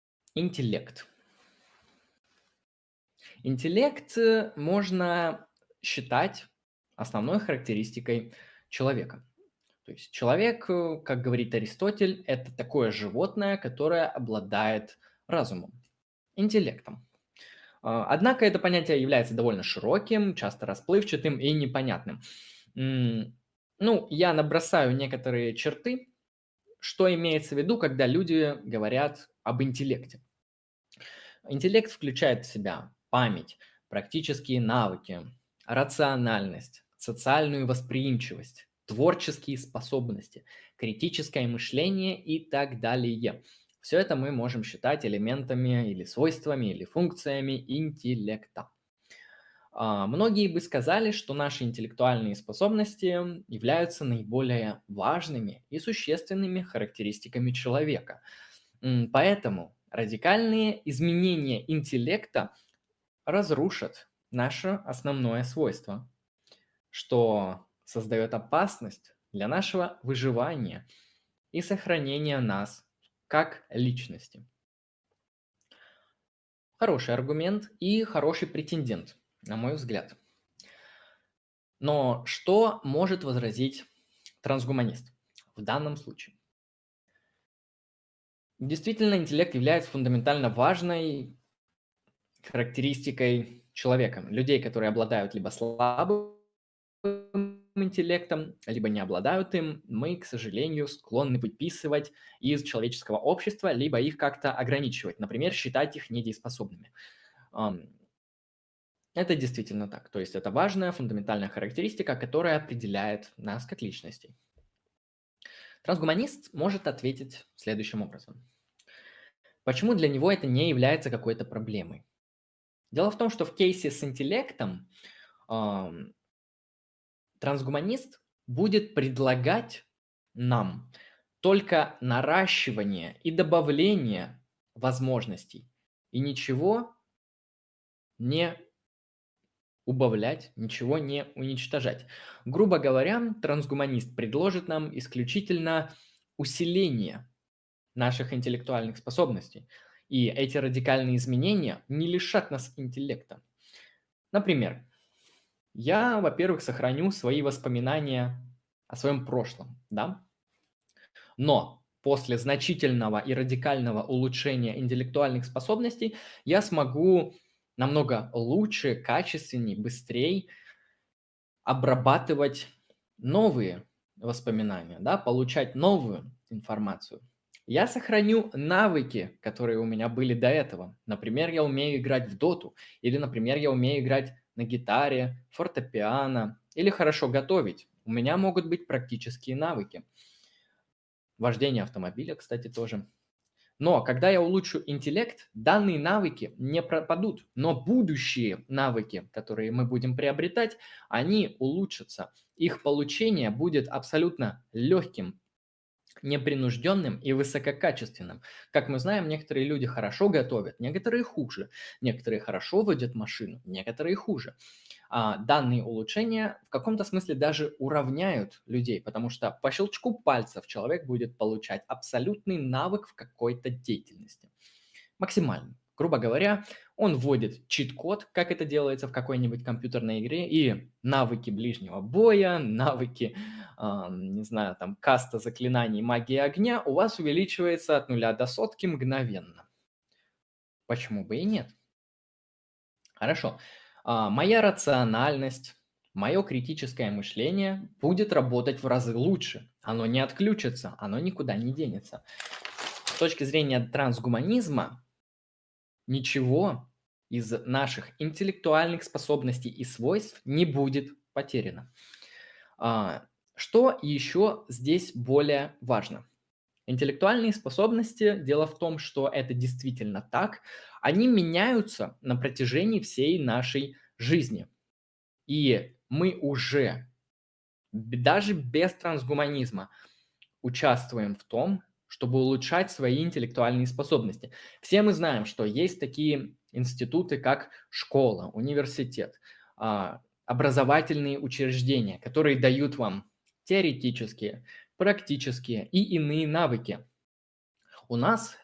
[SPEAKER 1] Интеллект. Интеллект можно считать основной характеристикой человека. То есть человек, как говорит Аристотель, это такое животное, которое обладает разумом, интеллектом. Однако это понятие является довольно широким, часто расплывчатым и непонятным. Ну, я набросаю некоторые черты, что имеется в виду, когда люди говорят об интеллекте. Интеллект включает в себя память, практические навыки, рациональность, социальную восприимчивость, творческие способности, критическое мышление и так далее. Все это мы можем считать элементами или свойствами или функциями интеллекта. Многие бы сказали, что наши интеллектуальные способности являются наиболее важными и существенными характеристиками человека. Поэтому радикальные изменения интеллекта разрушат наше основное свойство, что создает опасность для нашего выживания и сохранения нас как личности. Хороший аргумент и хороший претендент, на мой взгляд. Но что может возразить трансгуманист в данном случае? Действительно, интеллект является фундаментально важной характеристикой человека. Людей, которые обладают либо слабым интеллектом, либо не обладают им, мы, к сожалению, склонны выписывать из человеческого общества, либо их как-то ограничивать, например, считать их недееспособными. Это действительно так. То есть это важная фундаментальная характеристика, которая определяет нас как личностей. Трансгуманист может ответить следующим образом. Почему для него это не является какой-то проблемой? Дело в том, что в кейсе с интеллектом трансгуманист будет предлагать нам только наращивание и добавление возможностей, и ничего не убавлять, ничего не уничтожать. Грубо говоря, трансгуманист предложит нам исключительно усиление наших интеллектуальных способностей. И эти радикальные изменения не лишат нас интеллекта. Например, я, во-первых, сохраню свои воспоминания о своем прошлом, да? Но после значительного и радикального улучшения интеллектуальных способностей я смогу намного лучше, качественнее, быстрее обрабатывать новые воспоминания, да, получать новую информацию. Я сохраню навыки, которые у меня были до этого. Например, я умею играть в доту, или, например, я умею играть на гитаре, фортепиано, или хорошо готовить. У меня могут быть практические навыки. Вождение автомобиля, кстати, тоже. Но когда я улучшу интеллект, данные навыки не пропадут, но будущие навыки, которые мы будем приобретать, они улучшатся. Их получение будет абсолютно легким, непринужденным и высококачественным. Как мы знаем, некоторые люди хорошо готовят, некоторые хуже. Некоторые хорошо водят машину, некоторые хуже. Данные улучшения в каком-то смысле даже уравняют людей, потому что по щелчку пальцев человек будет получать абсолютный навык в какой-то деятельности. Максимальный. Грубо говоря, он вводит чит-код, как это делается в какой-нибудь компьютерной игре, и навыки ближнего боя, навыки, не знаю, там, каста заклинаний магии огня у вас увеличивается от 0 до 100 мгновенно. Почему бы и нет? Хорошо. Моя рациональность, мое критическое мышление будет работать в разы лучше. Оно не отключится, оно никуда не денется. С точки зрения трансгуманизма, ничего из наших интеллектуальных способностей и свойств не будет потеряно. Что еще здесь более важно? Интеллектуальные способности, дело в том, что это действительно так, они меняются на протяжении всей нашей жизни. И мы уже, даже без трансгуманизма, участвуем в том, чтобы улучшать свои интеллектуальные способности. Все мы знаем, что есть такие институты, как школа, университет, образовательные учреждения, которые дают вам теоретические, практические и иные навыки. У нас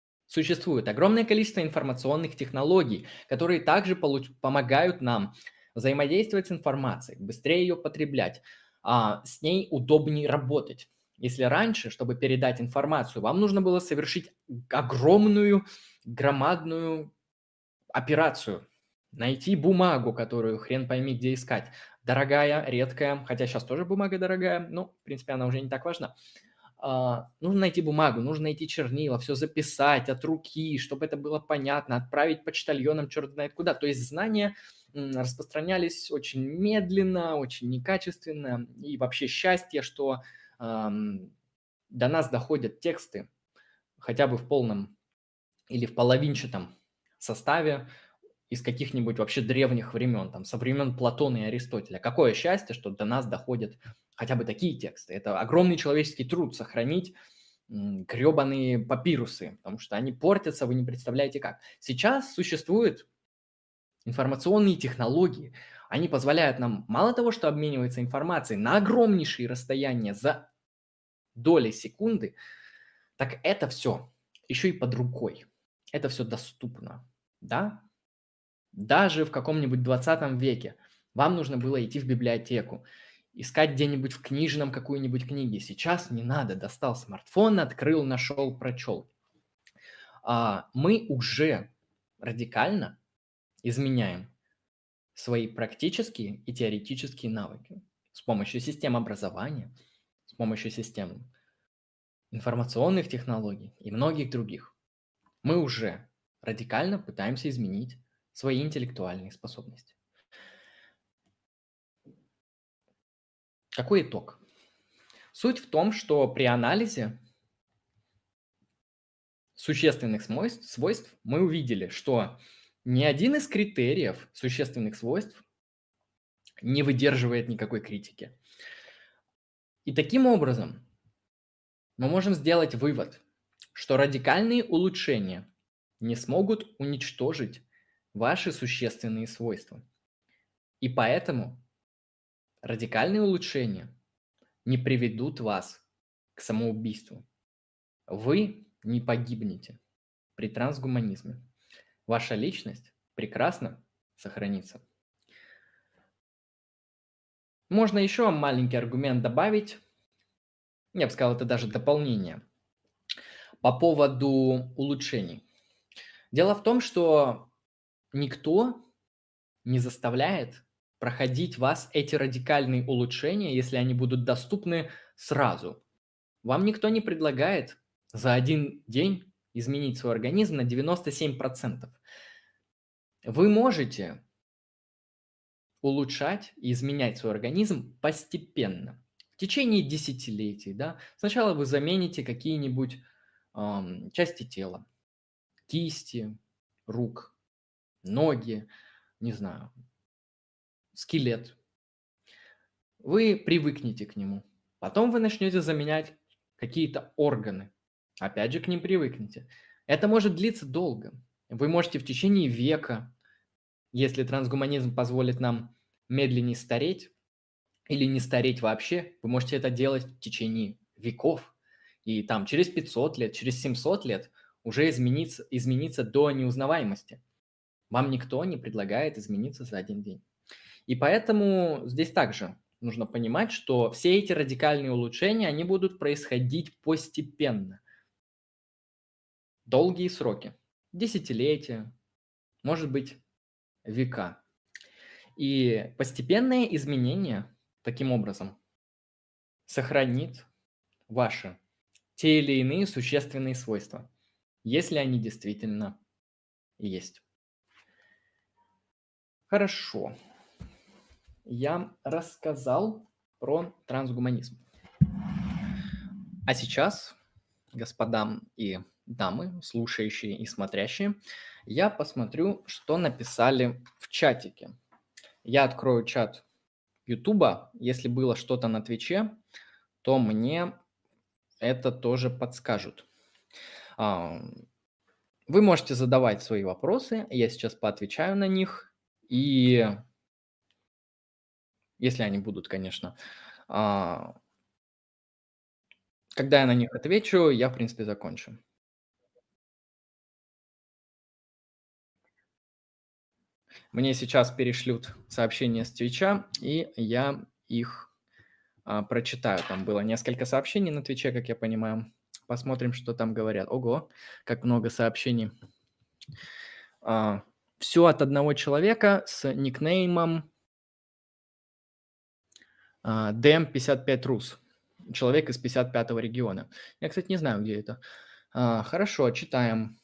[SPEAKER 1] существует огромное количество информационных технологий, которые также помогают нам взаимодействовать с информацией, быстрее ее потреблять, с ней удобнее работать. Если раньше, чтобы передать информацию, вам нужно было совершить огромную, громадную операцию, найти бумагу, которую хрен пойми где искать, дорогая, редкая, хотя сейчас тоже бумага дорогая, но, в принципе, она уже не так важна. Нужно найти бумагу, нужно найти чернила, все записать от руки, чтобы это было понятно, отправить почтальонам черт знает куда. То есть знания распространялись очень медленно, очень некачественно. И вообще счастье, что до нас доходят тексты хотя бы в полном или в половинчатом составе из каких-нибудь вообще древних времен, там, со времен Платона и Аристотеля. Какое счастье, что до нас доходят хотя бы такие тексты. Это огромный человеческий труд сохранить гребаные папирусы, потому что они портятся, вы не представляете как. Сейчас существуют информационные технологии. Они позволяют нам мало того, что обмениваться информацией на огромнейшие расстояния за доли секунды, так это все еще и под рукой. Это все доступно. Да? Даже в каком-нибудь 20 веке вам нужно было идти в библиотеку, искать где-нибудь в книжном какую-нибудь книгу. Сейчас не надо, достал смартфон, открыл, нашел, прочел. Мы уже радикально изменяем свои практические и теоретические навыки с помощью систем образования, с помощью систем информационных технологий и многих других. Мы уже радикально пытаемся изменить свои интеллектуальные способности. Какой итог? Суть в том, что при анализе существенных свойств мы увидели, что ни один из критериев существенных свойств не выдерживает никакой критики. И таким образом мы можем сделать вывод, что радикальные улучшения не смогут уничтожить ваши существенные свойства. И поэтому радикальные улучшения не приведут вас к самоубийству. Вы не погибнете при трансгуманизме. Ваша личность прекрасно сохранится. Можно еще маленький аргумент добавить. Я бы сказал, это даже дополнение. По поводу улучшений. Дело в том, что никто не заставляет проходить вас эти радикальные улучшения, если они будут доступны сразу. Вам никто не предлагает за один день изменить свой организм на 97%. Вы можете улучшать и изменять свой организм постепенно, в течение десятилетий. Да? Сначала вы замените какие-нибудь части тела, кисти, рук, ноги, не знаю, скелет. Вы привыкнете к нему. Потом вы начнете заменять какие-то органы. Опять же к ним привыкнете. Это может длиться долго. Вы можете в течение века, если трансгуманизм позволит нам медленнее стареть или не стареть вообще, вы можете это делать в течение веков. И там через 500 лет, через 700 лет уже измениться до неузнаваемости. Вам никто не предлагает измениться за один день. И поэтому здесь также нужно понимать, что все эти радикальные улучшения, они будут происходить постепенно. Долгие сроки. Десятилетия, может быть, века. И постепенное изменение таким образом сохранит ваши те или иные существенные свойства, если они действительно есть. Хорошо. Я рассказал про трансгуманизм. А сейчас, господа и дамы, слушающие и смотрящие, я посмотрю, что написали в чатике. Я открою чат Ютуба. Если было что-то на Твиче, то мне это тоже подскажут. Вы можете задавать свои вопросы, я сейчас поотвечаю на них, и если они будут, конечно. Когда я на них отвечу, я, в принципе, закончу. Мне сейчас перешлют сообщения с Твича, и я их прочитаю. Там было несколько сообщений на Твиче, как я понимаю. Посмотрим, что там говорят. Ого, как много сообщений. Все от одного человека с никнеймом DM55Rus. Человек из 55-го региона. Я, кстати, не знаю, где это. Хорошо, читаем.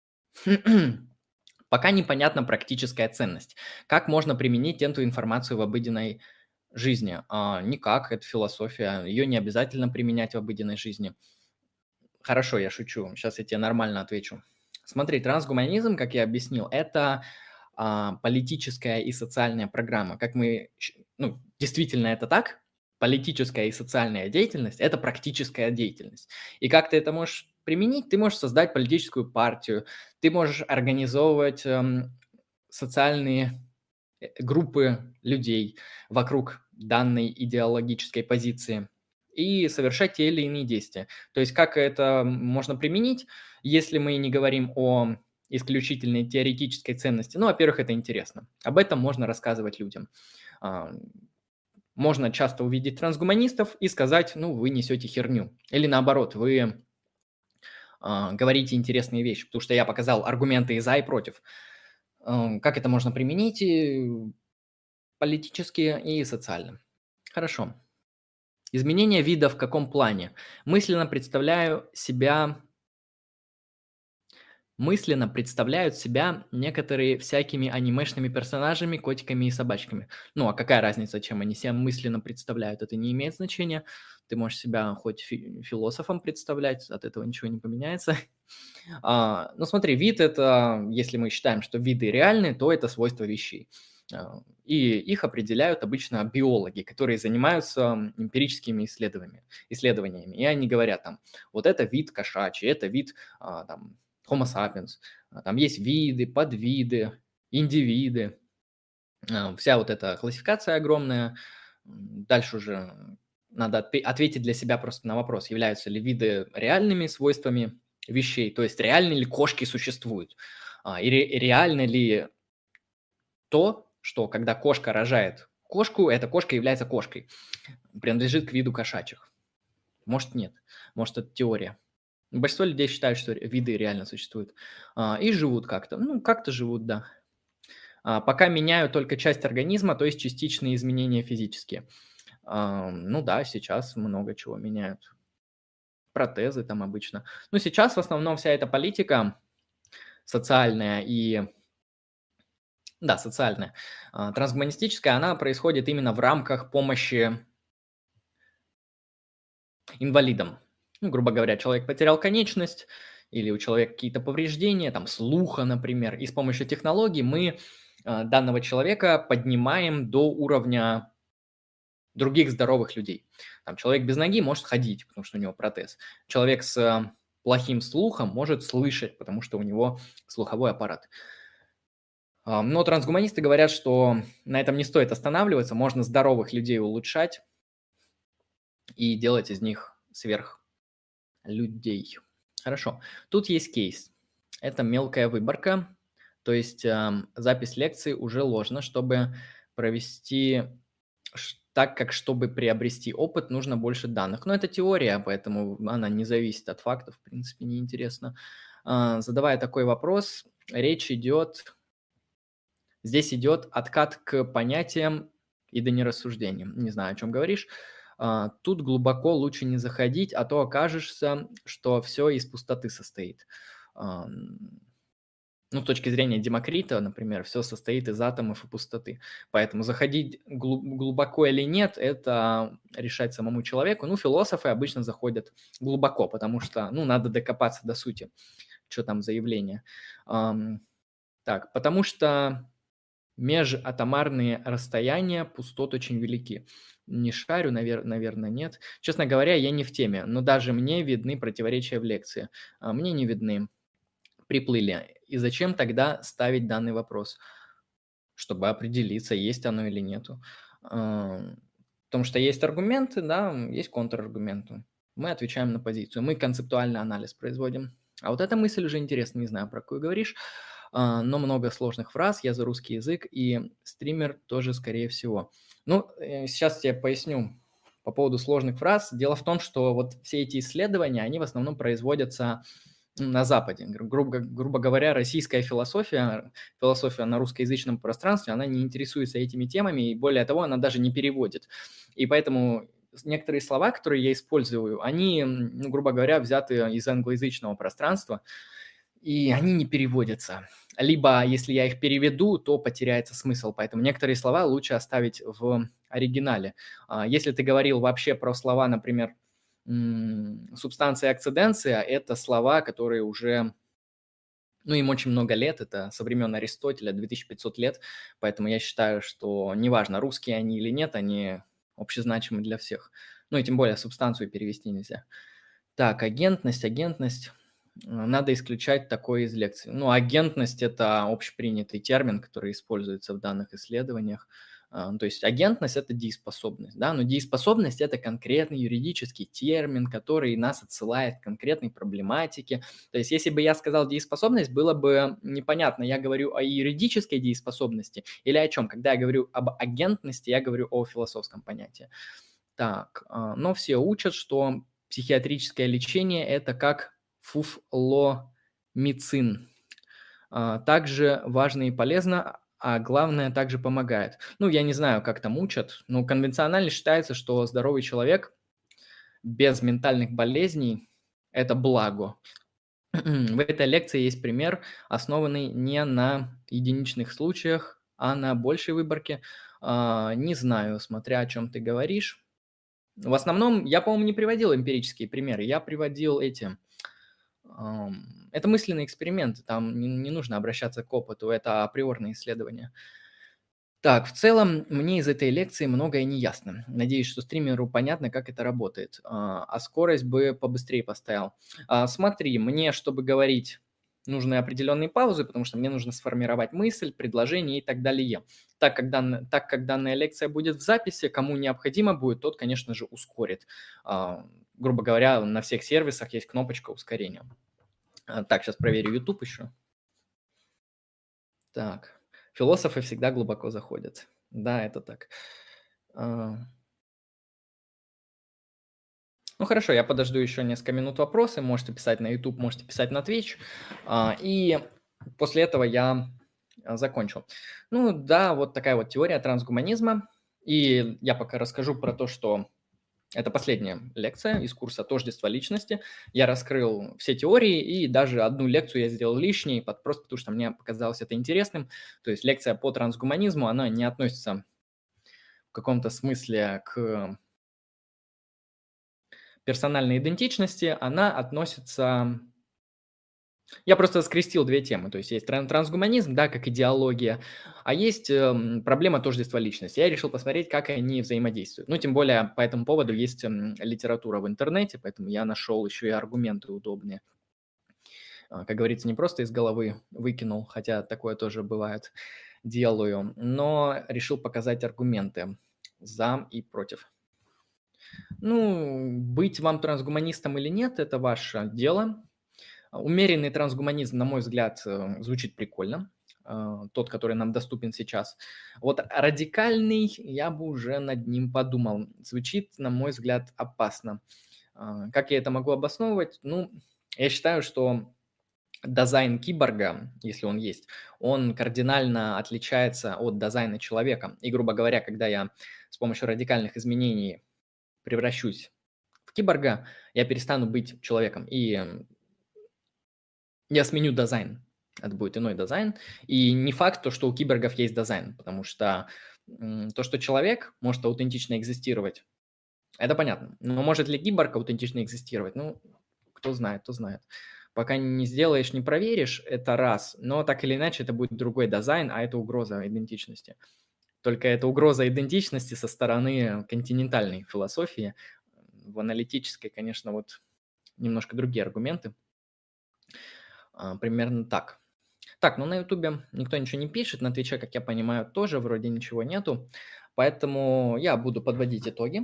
[SPEAKER 1] Пока непонятна практическая ценность. Как можно применить эту информацию в обыденной жизни? Никак, это философия. Ее не обязательно применять в обыденной жизни. Хорошо, я шучу. Сейчас я тебе нормально отвечу. Смотри, трансгуманизм, как я объяснил, это политическая и социальная программа. Ну, действительно это так. Политическая и социальная деятельность – это практическая деятельность. И как ты это можешь применить? Ты можешь создать политическую партию, ты можешь организовывать социальные группы людей вокруг данной идеологической позиции и совершать те или иные действия. То есть как это можно применить, если мы не говорим о исключительной теоретической ценности? Ну, во-первых, это интересно. Об этом можно рассказывать людям. Можно часто увидеть трансгуманистов и сказать, ну, вы несете херню. Или наоборот, вы говорите интересные вещи, потому что я показал аргументы и за, и против. Как это можно применить? Политически и социально. Хорошо. Изменение вида в каком плане? Мысленно представляют себя некоторые всякими анимешными персонажами, котиками и собачками. Ну, а какая разница, чем они себя мысленно представляют? Это не имеет значения. Ты можешь себя хоть философом представлять, от этого ничего не поменяется. Ну, смотри, вид – это, если мы считаем, что виды реальны, то это свойства вещей. И их определяют обычно биологи, которые занимаются эмпирическими исследованиями. И они говорят там, вот это вид кошачий, это вид там, Homo sapiens, там есть виды, подвиды, индивиды. Вся вот эта классификация огромная. Дальше уже надо ответить для себя просто на вопрос, являются ли виды реальными свойствами вещей, то есть реально ли кошки существуют, и реально ли то, что когда кошка рожает кошку, эта кошка является кошкой, принадлежит к виду кошачьих. Может, нет. Может, это теория. Большинство людей считают, что виды реально существуют. И живут как-то. Ну, как-то живут, да. Пока меняют только часть организма, то есть частичные изменения физические. Ну да, сейчас много чего меняют. Протезы там обычно. Ну, сейчас в основном вся эта политика социальная да, социальная, трансгуманистическая, она происходит именно в рамках помощи инвалидам. Ну, грубо говоря, человек потерял конечность или у человека какие-то повреждения, там, слуха, например, и с помощью технологий мы данного человека поднимаем до уровня других здоровых людей. Там, человек без ноги может ходить, потому что у него протез. Человек с плохим слухом может слышать, потому что у него слуховой аппарат. Но трансгуманисты говорят, что на этом не стоит останавливаться, можно здоровых людей улучшать и делать из них сверхлюдей. Хорошо. Тут есть кейс. Это мелкая выборка, то есть запись лекции уже ложно, чтобы провести так, как чтобы приобрести опыт, нужно больше данных. Но это теория, поэтому она не зависит от фактов, в принципе, неинтересно. Задавая такой вопрос, здесь идет откат к понятиям и да не рассуждениям. Не знаю, о чем говоришь. Тут глубоко лучше не заходить, а то окажешься, что все из пустоты состоит. Ну, с точки зрения Демокрита, например, все состоит из атомов и пустоты. Поэтому заходить глубоко или нет, это решать самому человеку. Ну, философы обычно заходят глубоко, потому что, ну, надо докопаться до сути, что там за явление. Так, потому что межатомарные расстояния пустот очень велики. Не шарю, наверное, нет. Честно говоря, я не в теме, но даже мне видны противоречия в лекции. Мне не видны. Приплыли. И зачем тогда ставить данный вопрос? Чтобы определиться, есть оно или нету. Потому что есть аргументы, да, есть контраргументы. Мы отвечаем на позицию, мы концептуальный анализ производим. А вот эта мысль уже интересна, не знаю, про какую говоришь. но много сложных фраз, я за русский язык, и стример тоже, скорее всего. Ну, сейчас я поясню по поводу сложных фраз. Дело в том, что вот все эти исследования, они в основном производятся на Западе. Грубо говоря, российская философия на русскоязычном пространстве, она не интересуется этими темами, и более того, она даже не переводит. И поэтому некоторые слова, которые я использую, они, ну, грубо говоря, взяты из англоязычного пространства, и они не переводятся. Либо, если я их переведу, то потеряется смысл. Поэтому некоторые слова лучше оставить в оригинале. Если ты говорил вообще про слова, например, субстанция и акциденция – это слова, которые уже, ну, им очень много лет, это со времен Аристотеля, 2500 лет, поэтому я считаю, что неважно, русские они или нет, они общезначимы для всех. Ну и тем более субстанцию перевести нельзя. Так, агентность. Надо исключать такое из лекции. Ну, агентность – это общепринятый термин, который используется в данных исследованиях. То есть агентность – это дееспособность, да, но дееспособность – это конкретный юридический термин, который нас отсылает к конкретной проблематике. То есть если бы я сказал дееспособность, было бы непонятно, я говорю о юридической дееспособности или о чем. Когда я говорю об агентности, я говорю о философском понятии. Так, но все учат, что психиатрическое лечение – это как фуфломицин. Также важно и полезно, а главное, также помогает. Ну, я не знаю, как там учат, но конвенционально считается, что здоровый человек без ментальных болезней – это благо. В этой лекции есть пример, основанный не на единичных случаях, а на большей выборке. Не знаю, смотря о чем ты говоришь. В основном, я, по-моему, не приводил эмпирические примеры, я приводил эти. Это мысленные эксперименты, там не нужно обращаться к опыту, это априорные исследования. Так, в целом, мне из этой лекции многое не ясно. Надеюсь, что стримеру понятно, как это работает. А скорость бы побыстрее поставил. Смотри, мне, чтобы говорить, нужны определенные паузы, потому что мне нужно сформировать мысль, предложение и так далее. Так как данная лекция будет в записи, кому необходимо будет, тот, конечно же, ускорит. Грубо говоря, на всех сервисах есть кнопочка ускорения. Так, сейчас проверю YouTube еще. Так. Философы всегда глубоко заходят. Да, это так. Ну хорошо, я подожду еще несколько минут вопросы. Можете писать на YouTube, можете писать на Twitch. И после этого я закончу. Ну да, вот такая вот теория трансгуманизма. И я пока расскажу про то, что это последняя лекция из курса «Тождество личности». Я раскрыл все теории, и даже одну лекцию я сделал лишней, просто потому что мне показалось это интересным. То есть лекция по трансгуманизму, она не относится в каком-то смысле к персональной идентичности, она относится... Я просто скрестил две темы, то есть есть трансгуманизм, да, как идеология, а есть проблема тождества личности. Я решил посмотреть, как они взаимодействуют. Ну, тем более по этому поводу есть литература в интернете, поэтому я нашел еще и аргументы удобные. Как говорится, не просто из головы выкинул, хотя такое тоже бывает, делаю, но решил показать аргументы за и против. Ну, быть вам трансгуманистом или нет – это ваше дело. Умеренный трансгуманизм, на мой взгляд, звучит прикольно, тот, который нам доступен сейчас. Вот радикальный, я бы уже над ним подумал. Звучит, на мой взгляд, опасно. Как я это могу обосновывать? Ну, я считаю, что дизайн киборга, если он есть, он кардинально отличается от дизайна человека. И, грубо говоря, когда я с помощью радикальных изменений превращусь в киборга, я перестану быть человеком. И я сменю дизайн. Это будет иной дизайн. И не факт, то, что у киборгов есть дизайн, потому что то, что человек может аутентично экзистировать, это понятно. Но может ли киборг аутентично экзистировать? Ну, кто знает, кто знает. Пока не сделаешь, не проверишь, это раз. Но так или иначе, это будет другой дизайн, а это угроза идентичности. Только это угроза идентичности со стороны континентальной философии. В аналитической, конечно, вот немножко другие аргументы. Примерно так. Так, ну на Ютубе никто ничего не пишет, на Твиче, как я понимаю, тоже вроде ничего нету. Поэтому я буду подводить итоги.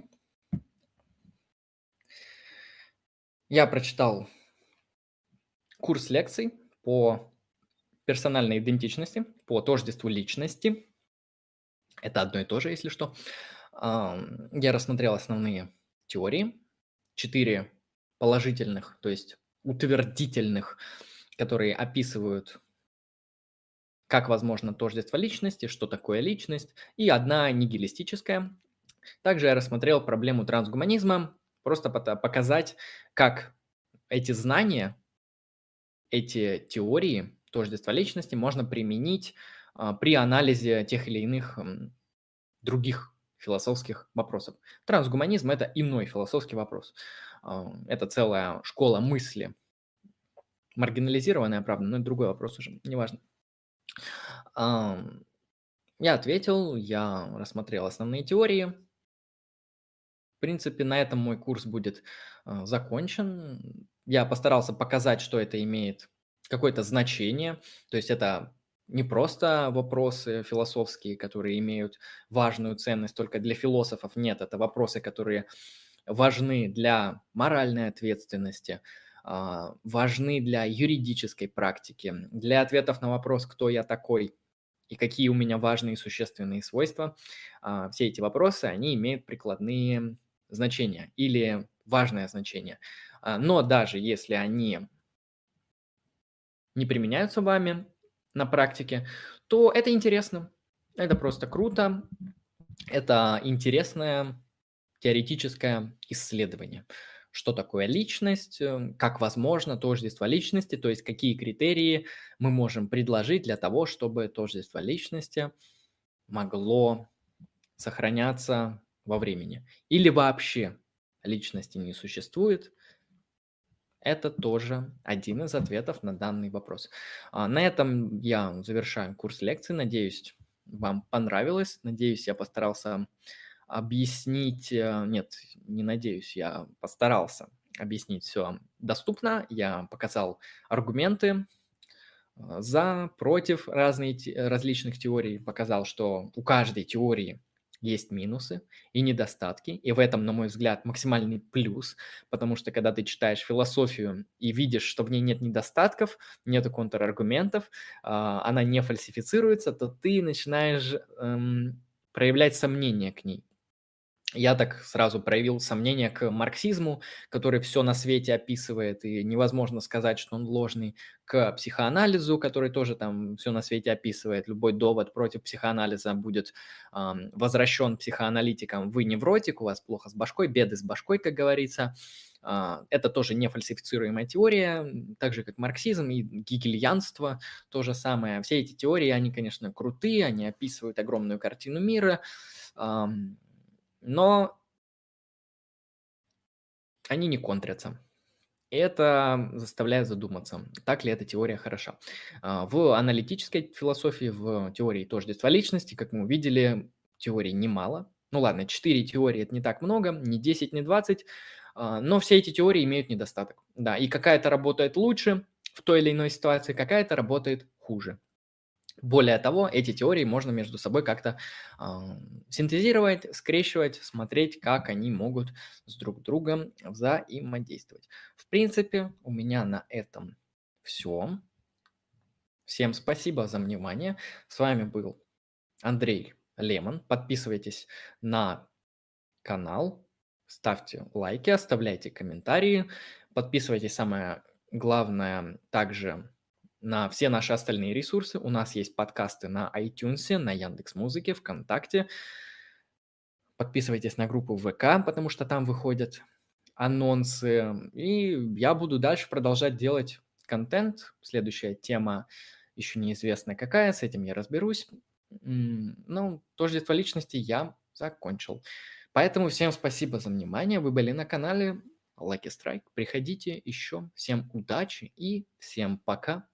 [SPEAKER 1] Я прочитал курс лекций по персональной идентичности, по тождеству личности. Это одно и то же, если что. Я рассмотрел основные теории, 4 положительных, то есть утвердительных, которые описывают, как возможно тождество личности, что такое личность, и одна нигилистическая. Также я рассмотрел проблему трансгуманизма, просто показать, как эти знания, эти теории тождества личности можно применить при анализе тех или иных других философских вопросов. Трансгуманизм – это иной философский вопрос. Это целая школа мысли. Маргинализированная, правда, но это другой вопрос уже, неважно. Я ответил, я рассмотрел основные теории. В принципе, на этом мой курс будет закончен. Я постарался показать, что это имеет какое-то значение. То есть это не просто вопросы философские, которые имеют важную ценность только для философов. Нет, это вопросы, которые важны для моральной ответственности, важны для юридической практики, для ответов на вопрос, кто я такой и какие у меня важные и существенные свойства. Все эти вопросы, они имеют прикладные значения или важное значение. Но даже если они не применяются вами на практике, то это интересно. Это просто круто. Это интересное теоретическое исследование. Что такое личность, как возможно тождество личности, то есть какие критерии мы можем предложить для того, чтобы тождество личности могло сохраняться во времени. Или вообще личности не существует. Это тоже один из ответов на данный вопрос. На этом я завершаю курс лекций. Надеюсь, вам понравилось. Надеюсь, я постарался объяснить, нет, не надеюсь, я постарался объяснить все доступно. Я показал аргументы за, против различных теорий, показал, что у каждой теории есть минусы и недостатки, и в этом, на мой взгляд, максимальный плюс, потому что когда ты читаешь философию и видишь, что в ней нет недостатков, нету контраргументов, она не фальсифицируется, то ты начинаешь проявлять сомнения к ней. Я так сразу проявил сомнение к марксизму, который все на свете описывает, и невозможно сказать, что он ложный, к психоанализу, который тоже там все на свете описывает. Любой довод против психоанализа будет возвращен психоаналитикам. Вы невротик, у вас плохо с башкой, беды с башкой, как говорится. Это тоже не фальсифицируемая теория, так же, как марксизм и гегельянство, то же самое. Все эти теории, они, конечно, крутые, они описывают огромную картину мира, но они не контрятся. И это заставляет задуматься, так ли эта теория хороша. В аналитической философии, в теории тождества личности, как мы увидели, теорий немало. Ну ладно, 4 теории – это не так много, не 10, не 20, но все эти теории имеют недостаток. Да, и какая-то работает лучше в той или иной ситуации, какая-то работает хуже. Более того, эти теории можно между собой как-то синтезировать, скрещивать, смотреть, как они могут с друг другом взаимодействовать. В принципе, у меня на этом все. Всем спасибо за внимание. С вами был Андрей Лемон. Подписывайтесь на канал, ставьте лайки, оставляйте комментарии, подписывайтесь, самое главное, также на все наши остальные ресурсы. У нас есть подкасты на iTunes, на Яндекс.Музыке, ВКонтакте. Подписывайтесь на группу ВК, потому что там выходят анонсы. И я буду дальше продолжать делать контент. Следующая тема еще неизвестна какая, с этим я разберусь. Ну, тождество личности я закончил. Поэтому всем спасибо за внимание. Вы были на канале Lucky Strike. Приходите еще. Всем удачи и всем пока.